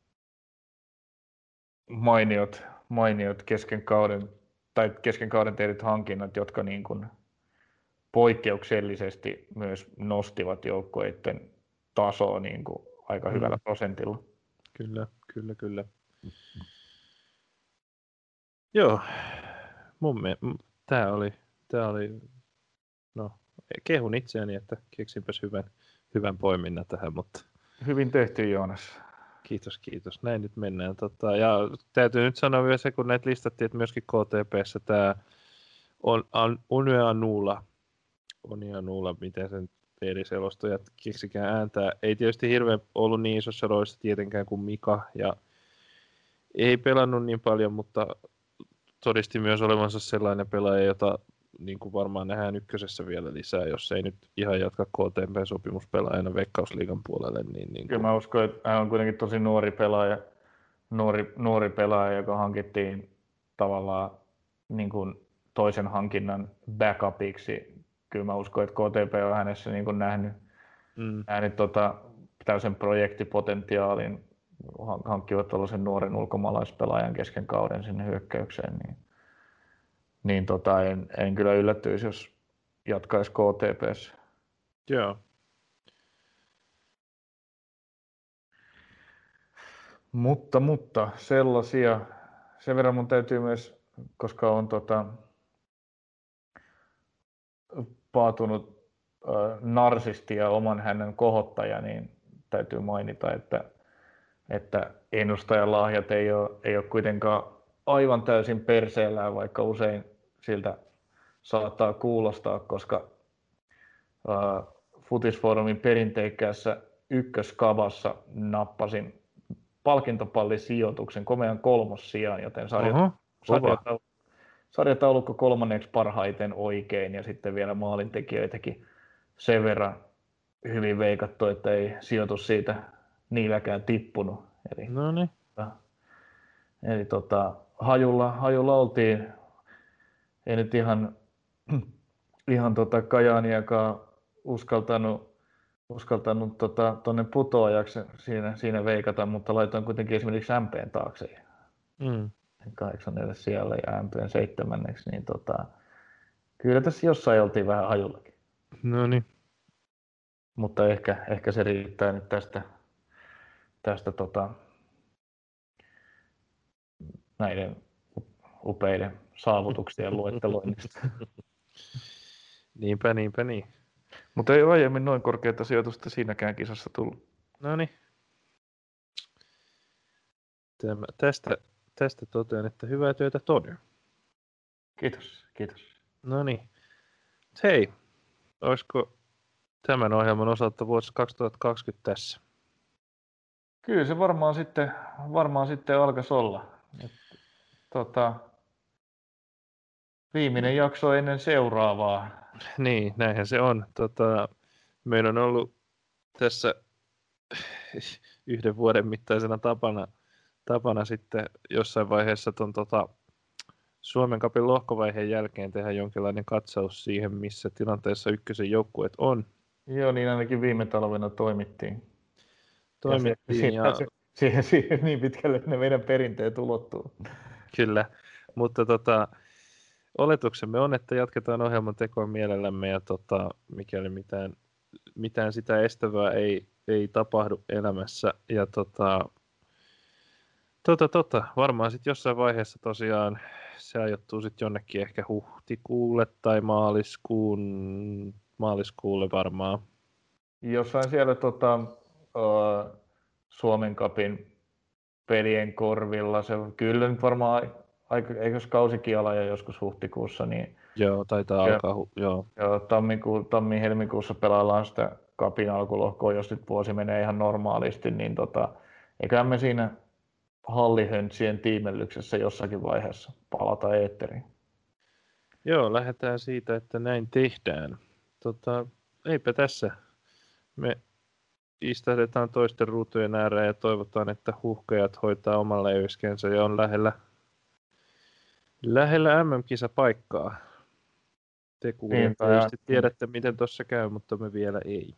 mainiot, mainiot kesken kauden tai kesken kauden tehdyt hankinnat, jotka niin kuin poikkeuksellisesti myös nostivat joukkueiden tasoa niin kuin aika Mm. hyvällä prosentilla. Kyllä, kyllä, kyllä. Joo, mun mielestä tämä oli, tää oli, no kehun itseäni, että keksinpäs hyvän, hyvän poiminnan tähän, mutta Hyvin tehty, Joonas. kiitos, kiitos. Näin nyt mennään. Tota, ja täytyy nyt sanoa vielä se, kun näitä listattiin, että myöskin K T P:ssä tämä on, on Unianuula, Unianuula, miten sen eri selostajat keksikään ääntää. Ei tietysti hirveän ollut niin isossa roolissa tietenkään kuin Mika, ja ei pelannut niin paljon, mutta todisti myös olevansa sellainen pelaaja, jota niin kuin varmaan nähdään ykkösessä vielä lisää, jos ei nyt ihan jatka K T P-sopimuspelaajana Veikkausliigan puolelle. Niin, niin kuin... Kyllä mä uskon, että hän on kuitenkin tosi nuori pelaaja, nuori, nuori pelaaja, joka hankittiin tavallaan niin kuin toisen hankinnan backupiksi. Kyllä mä uskon, että K T P on hänessä niin kuin nähnyt, mm. nähnyt tota, täysin projektipotentiaalin, hankkivat tällaisen nuoren ulkomaalaispelaajan kesken kauden sinne hyökkäykseen, niin, niin tota, en, en kyllä yllättyisi, jos jatkaisi K T P:ssä. Joo. Mutta, mutta sellaisia, sen verran mun täytyy myös, koska on tota, paatunut äh, narsisti ja oman hänen kohottaja, niin täytyy mainita, että, että ennustajan lahjat ei ole, ei ole kuitenkaan aivan täysin perseellään, vaikka usein siltä saattaa kuulostaa, koska äh, Futisfoorumin perinteikkäässä ykköskavassa nappasin palkintopallisijoituksen komean kolmossijan, joten sarjataulukko sarjataulukko kolmanneksi parhaiten oikein ja sitten vielä maalintekijöitäkin sen verran hyvin veikattu, että ei sijoitus siitä niilläkään tippunut. Eli, Noniin. eli tota, hajulla, hajulla oltiin, ei nyt ihan, ihan tota Kajaaniakaan uskaltanut uskaltanut tuonne tota, putoajaksi siinä, siinä veikata, mutta laitoin kuitenkin esimerkiksi M P:n taakse. Mm. kahdeksannelle siellä ja M P:n seitsemänneksi, niin tota, kyllä tässä jossain oltiin vähän hajullakin. No niin. Mutta ehkä, ehkä se riittää nyt tästä, tästä tota, näiden upeiden saavutuksien luetteloinnista. Niinpä, niinpä niin. Mutta ei ole aiemmin noin korkeata sijoitusta siinäkään kisassa tullut. No niin. Tästä, tästä totean, että hyvää työtä Tony. Kiitos, kiitos. No niin. Hei, olisiko tämän ohjelman osalta vuosi kaksituhattakaksikymmentä tässä? Kyllä se varmaan sitten, varmaan sitten alkaisi olla. Et, tota, Viimeinen jakso ennen seuraavaa. Niin, näinhän se on. Tota, meillä on ollut tässä yhden vuoden mittaisena tapana, tapana sitten jossain vaiheessa ton, tota, Suomen Cupin lohkovaiheen jälkeen tehdä jonkinlainen katsaus siihen, missä tilanteessa ykkösen joukkueet on. Joo, niin ainakin viime talvena toimittiin. Toimittiin ja, ja... Se, siihen, siihen niin pitkälle ne meidän perinteet ulottuu. Kyllä, mutta tota, oletuksemme on, että jatketaan ohjelman tekoa mielellämme ja tota, mikäli mitään, mitään sitä estävää ei, ei tapahdu elämässä. Ja tota, tota, tota, varmaan sitten jossain vaiheessa tosiaan se ajoittuu sitten jonnekin ehkä huhtikuulle tai maaliskuun, maaliskuulle varmaan. Jossain siellä tota, uh, Suomen Cupin pelien korvilla, se on kyllä nyt varmaan aika, eikös kausikin ala ja joskus huhtikuussa, niin Joo, taitaa ja, alkaa, joo. ja tammikuun, tammi-helmikuussa pelaillaan sitä Cupin alkulohkoa, jos nyt vuosi menee ihan normaalisti, niin tota, eiköhän me siinä hallihöntsien tiimellyksessä jossakin vaiheessa palata eetteriin. Joo, lähdetään siitä, että näin tehdään. Tota, eipä tässä. Me istahdetaan toisten ruutujen ääreen ja toivotaan, että huuhkajat hoitaa oman leiviskensä ja on lähellä, lähellä M M-kisapaikkaa. Te kuulijat tietysti tiedätte, miten tuossa käy, mutta me vielä ei.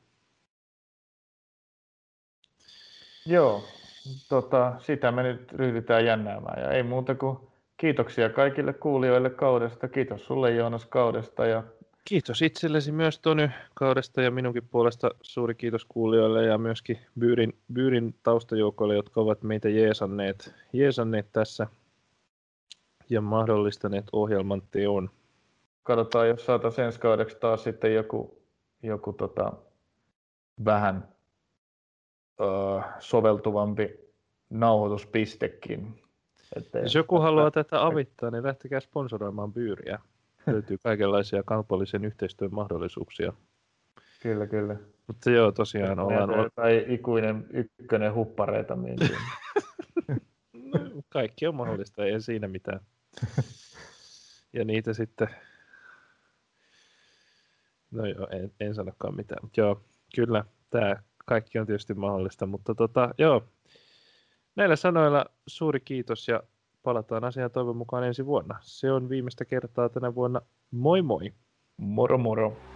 Joo, tota, sitä me nyt ryhdytään jännäämään. Ja ei muuta kuin kiitoksia kaikille kuulijoille kaudesta. Kiitos sulle Joonas kaudesta. Ja... Kiitos itsellesi myös Tony kaudesta ja minunkin puolesta suuri kiitos kuulijoille ja myöskin Byyrin, Byyrin taustajoukoille, jotka ovat meitä jeesanneet, jeesanneet tässä ja mahdollistaneet ohjelman teon. Katsotaan, jos saataisiin ensi kaudeksi taas sitten joku, joku tota, vähän ö, soveltuvampi nauhoituspistekin. Ettei Jos joku haluaa tätä avittaa, niin lähtekää sponsoroimaan Byyriä. Löytyy kaikenlaisia kaupallisen yhteistyön mahdollisuuksia. Kyllä, kyllä. Mutta joo, tosiaan ollaan... Tai ikuinen ykkönen huppareita myyntiin. No, kaikki on mahdollista, ei siinä mitään. Ja niitä sitten... No joo, en, en sanokaan mitään. Mutta joo, kyllä, tämä kaikki on tietysti mahdollista. Mutta tota, joo, näillä sanoilla suuri kiitos ja palataan asiaan toivon mukaan ensi vuonna. Se on viimeistä kertaa tänä vuonna. Moi moi! Moro moro!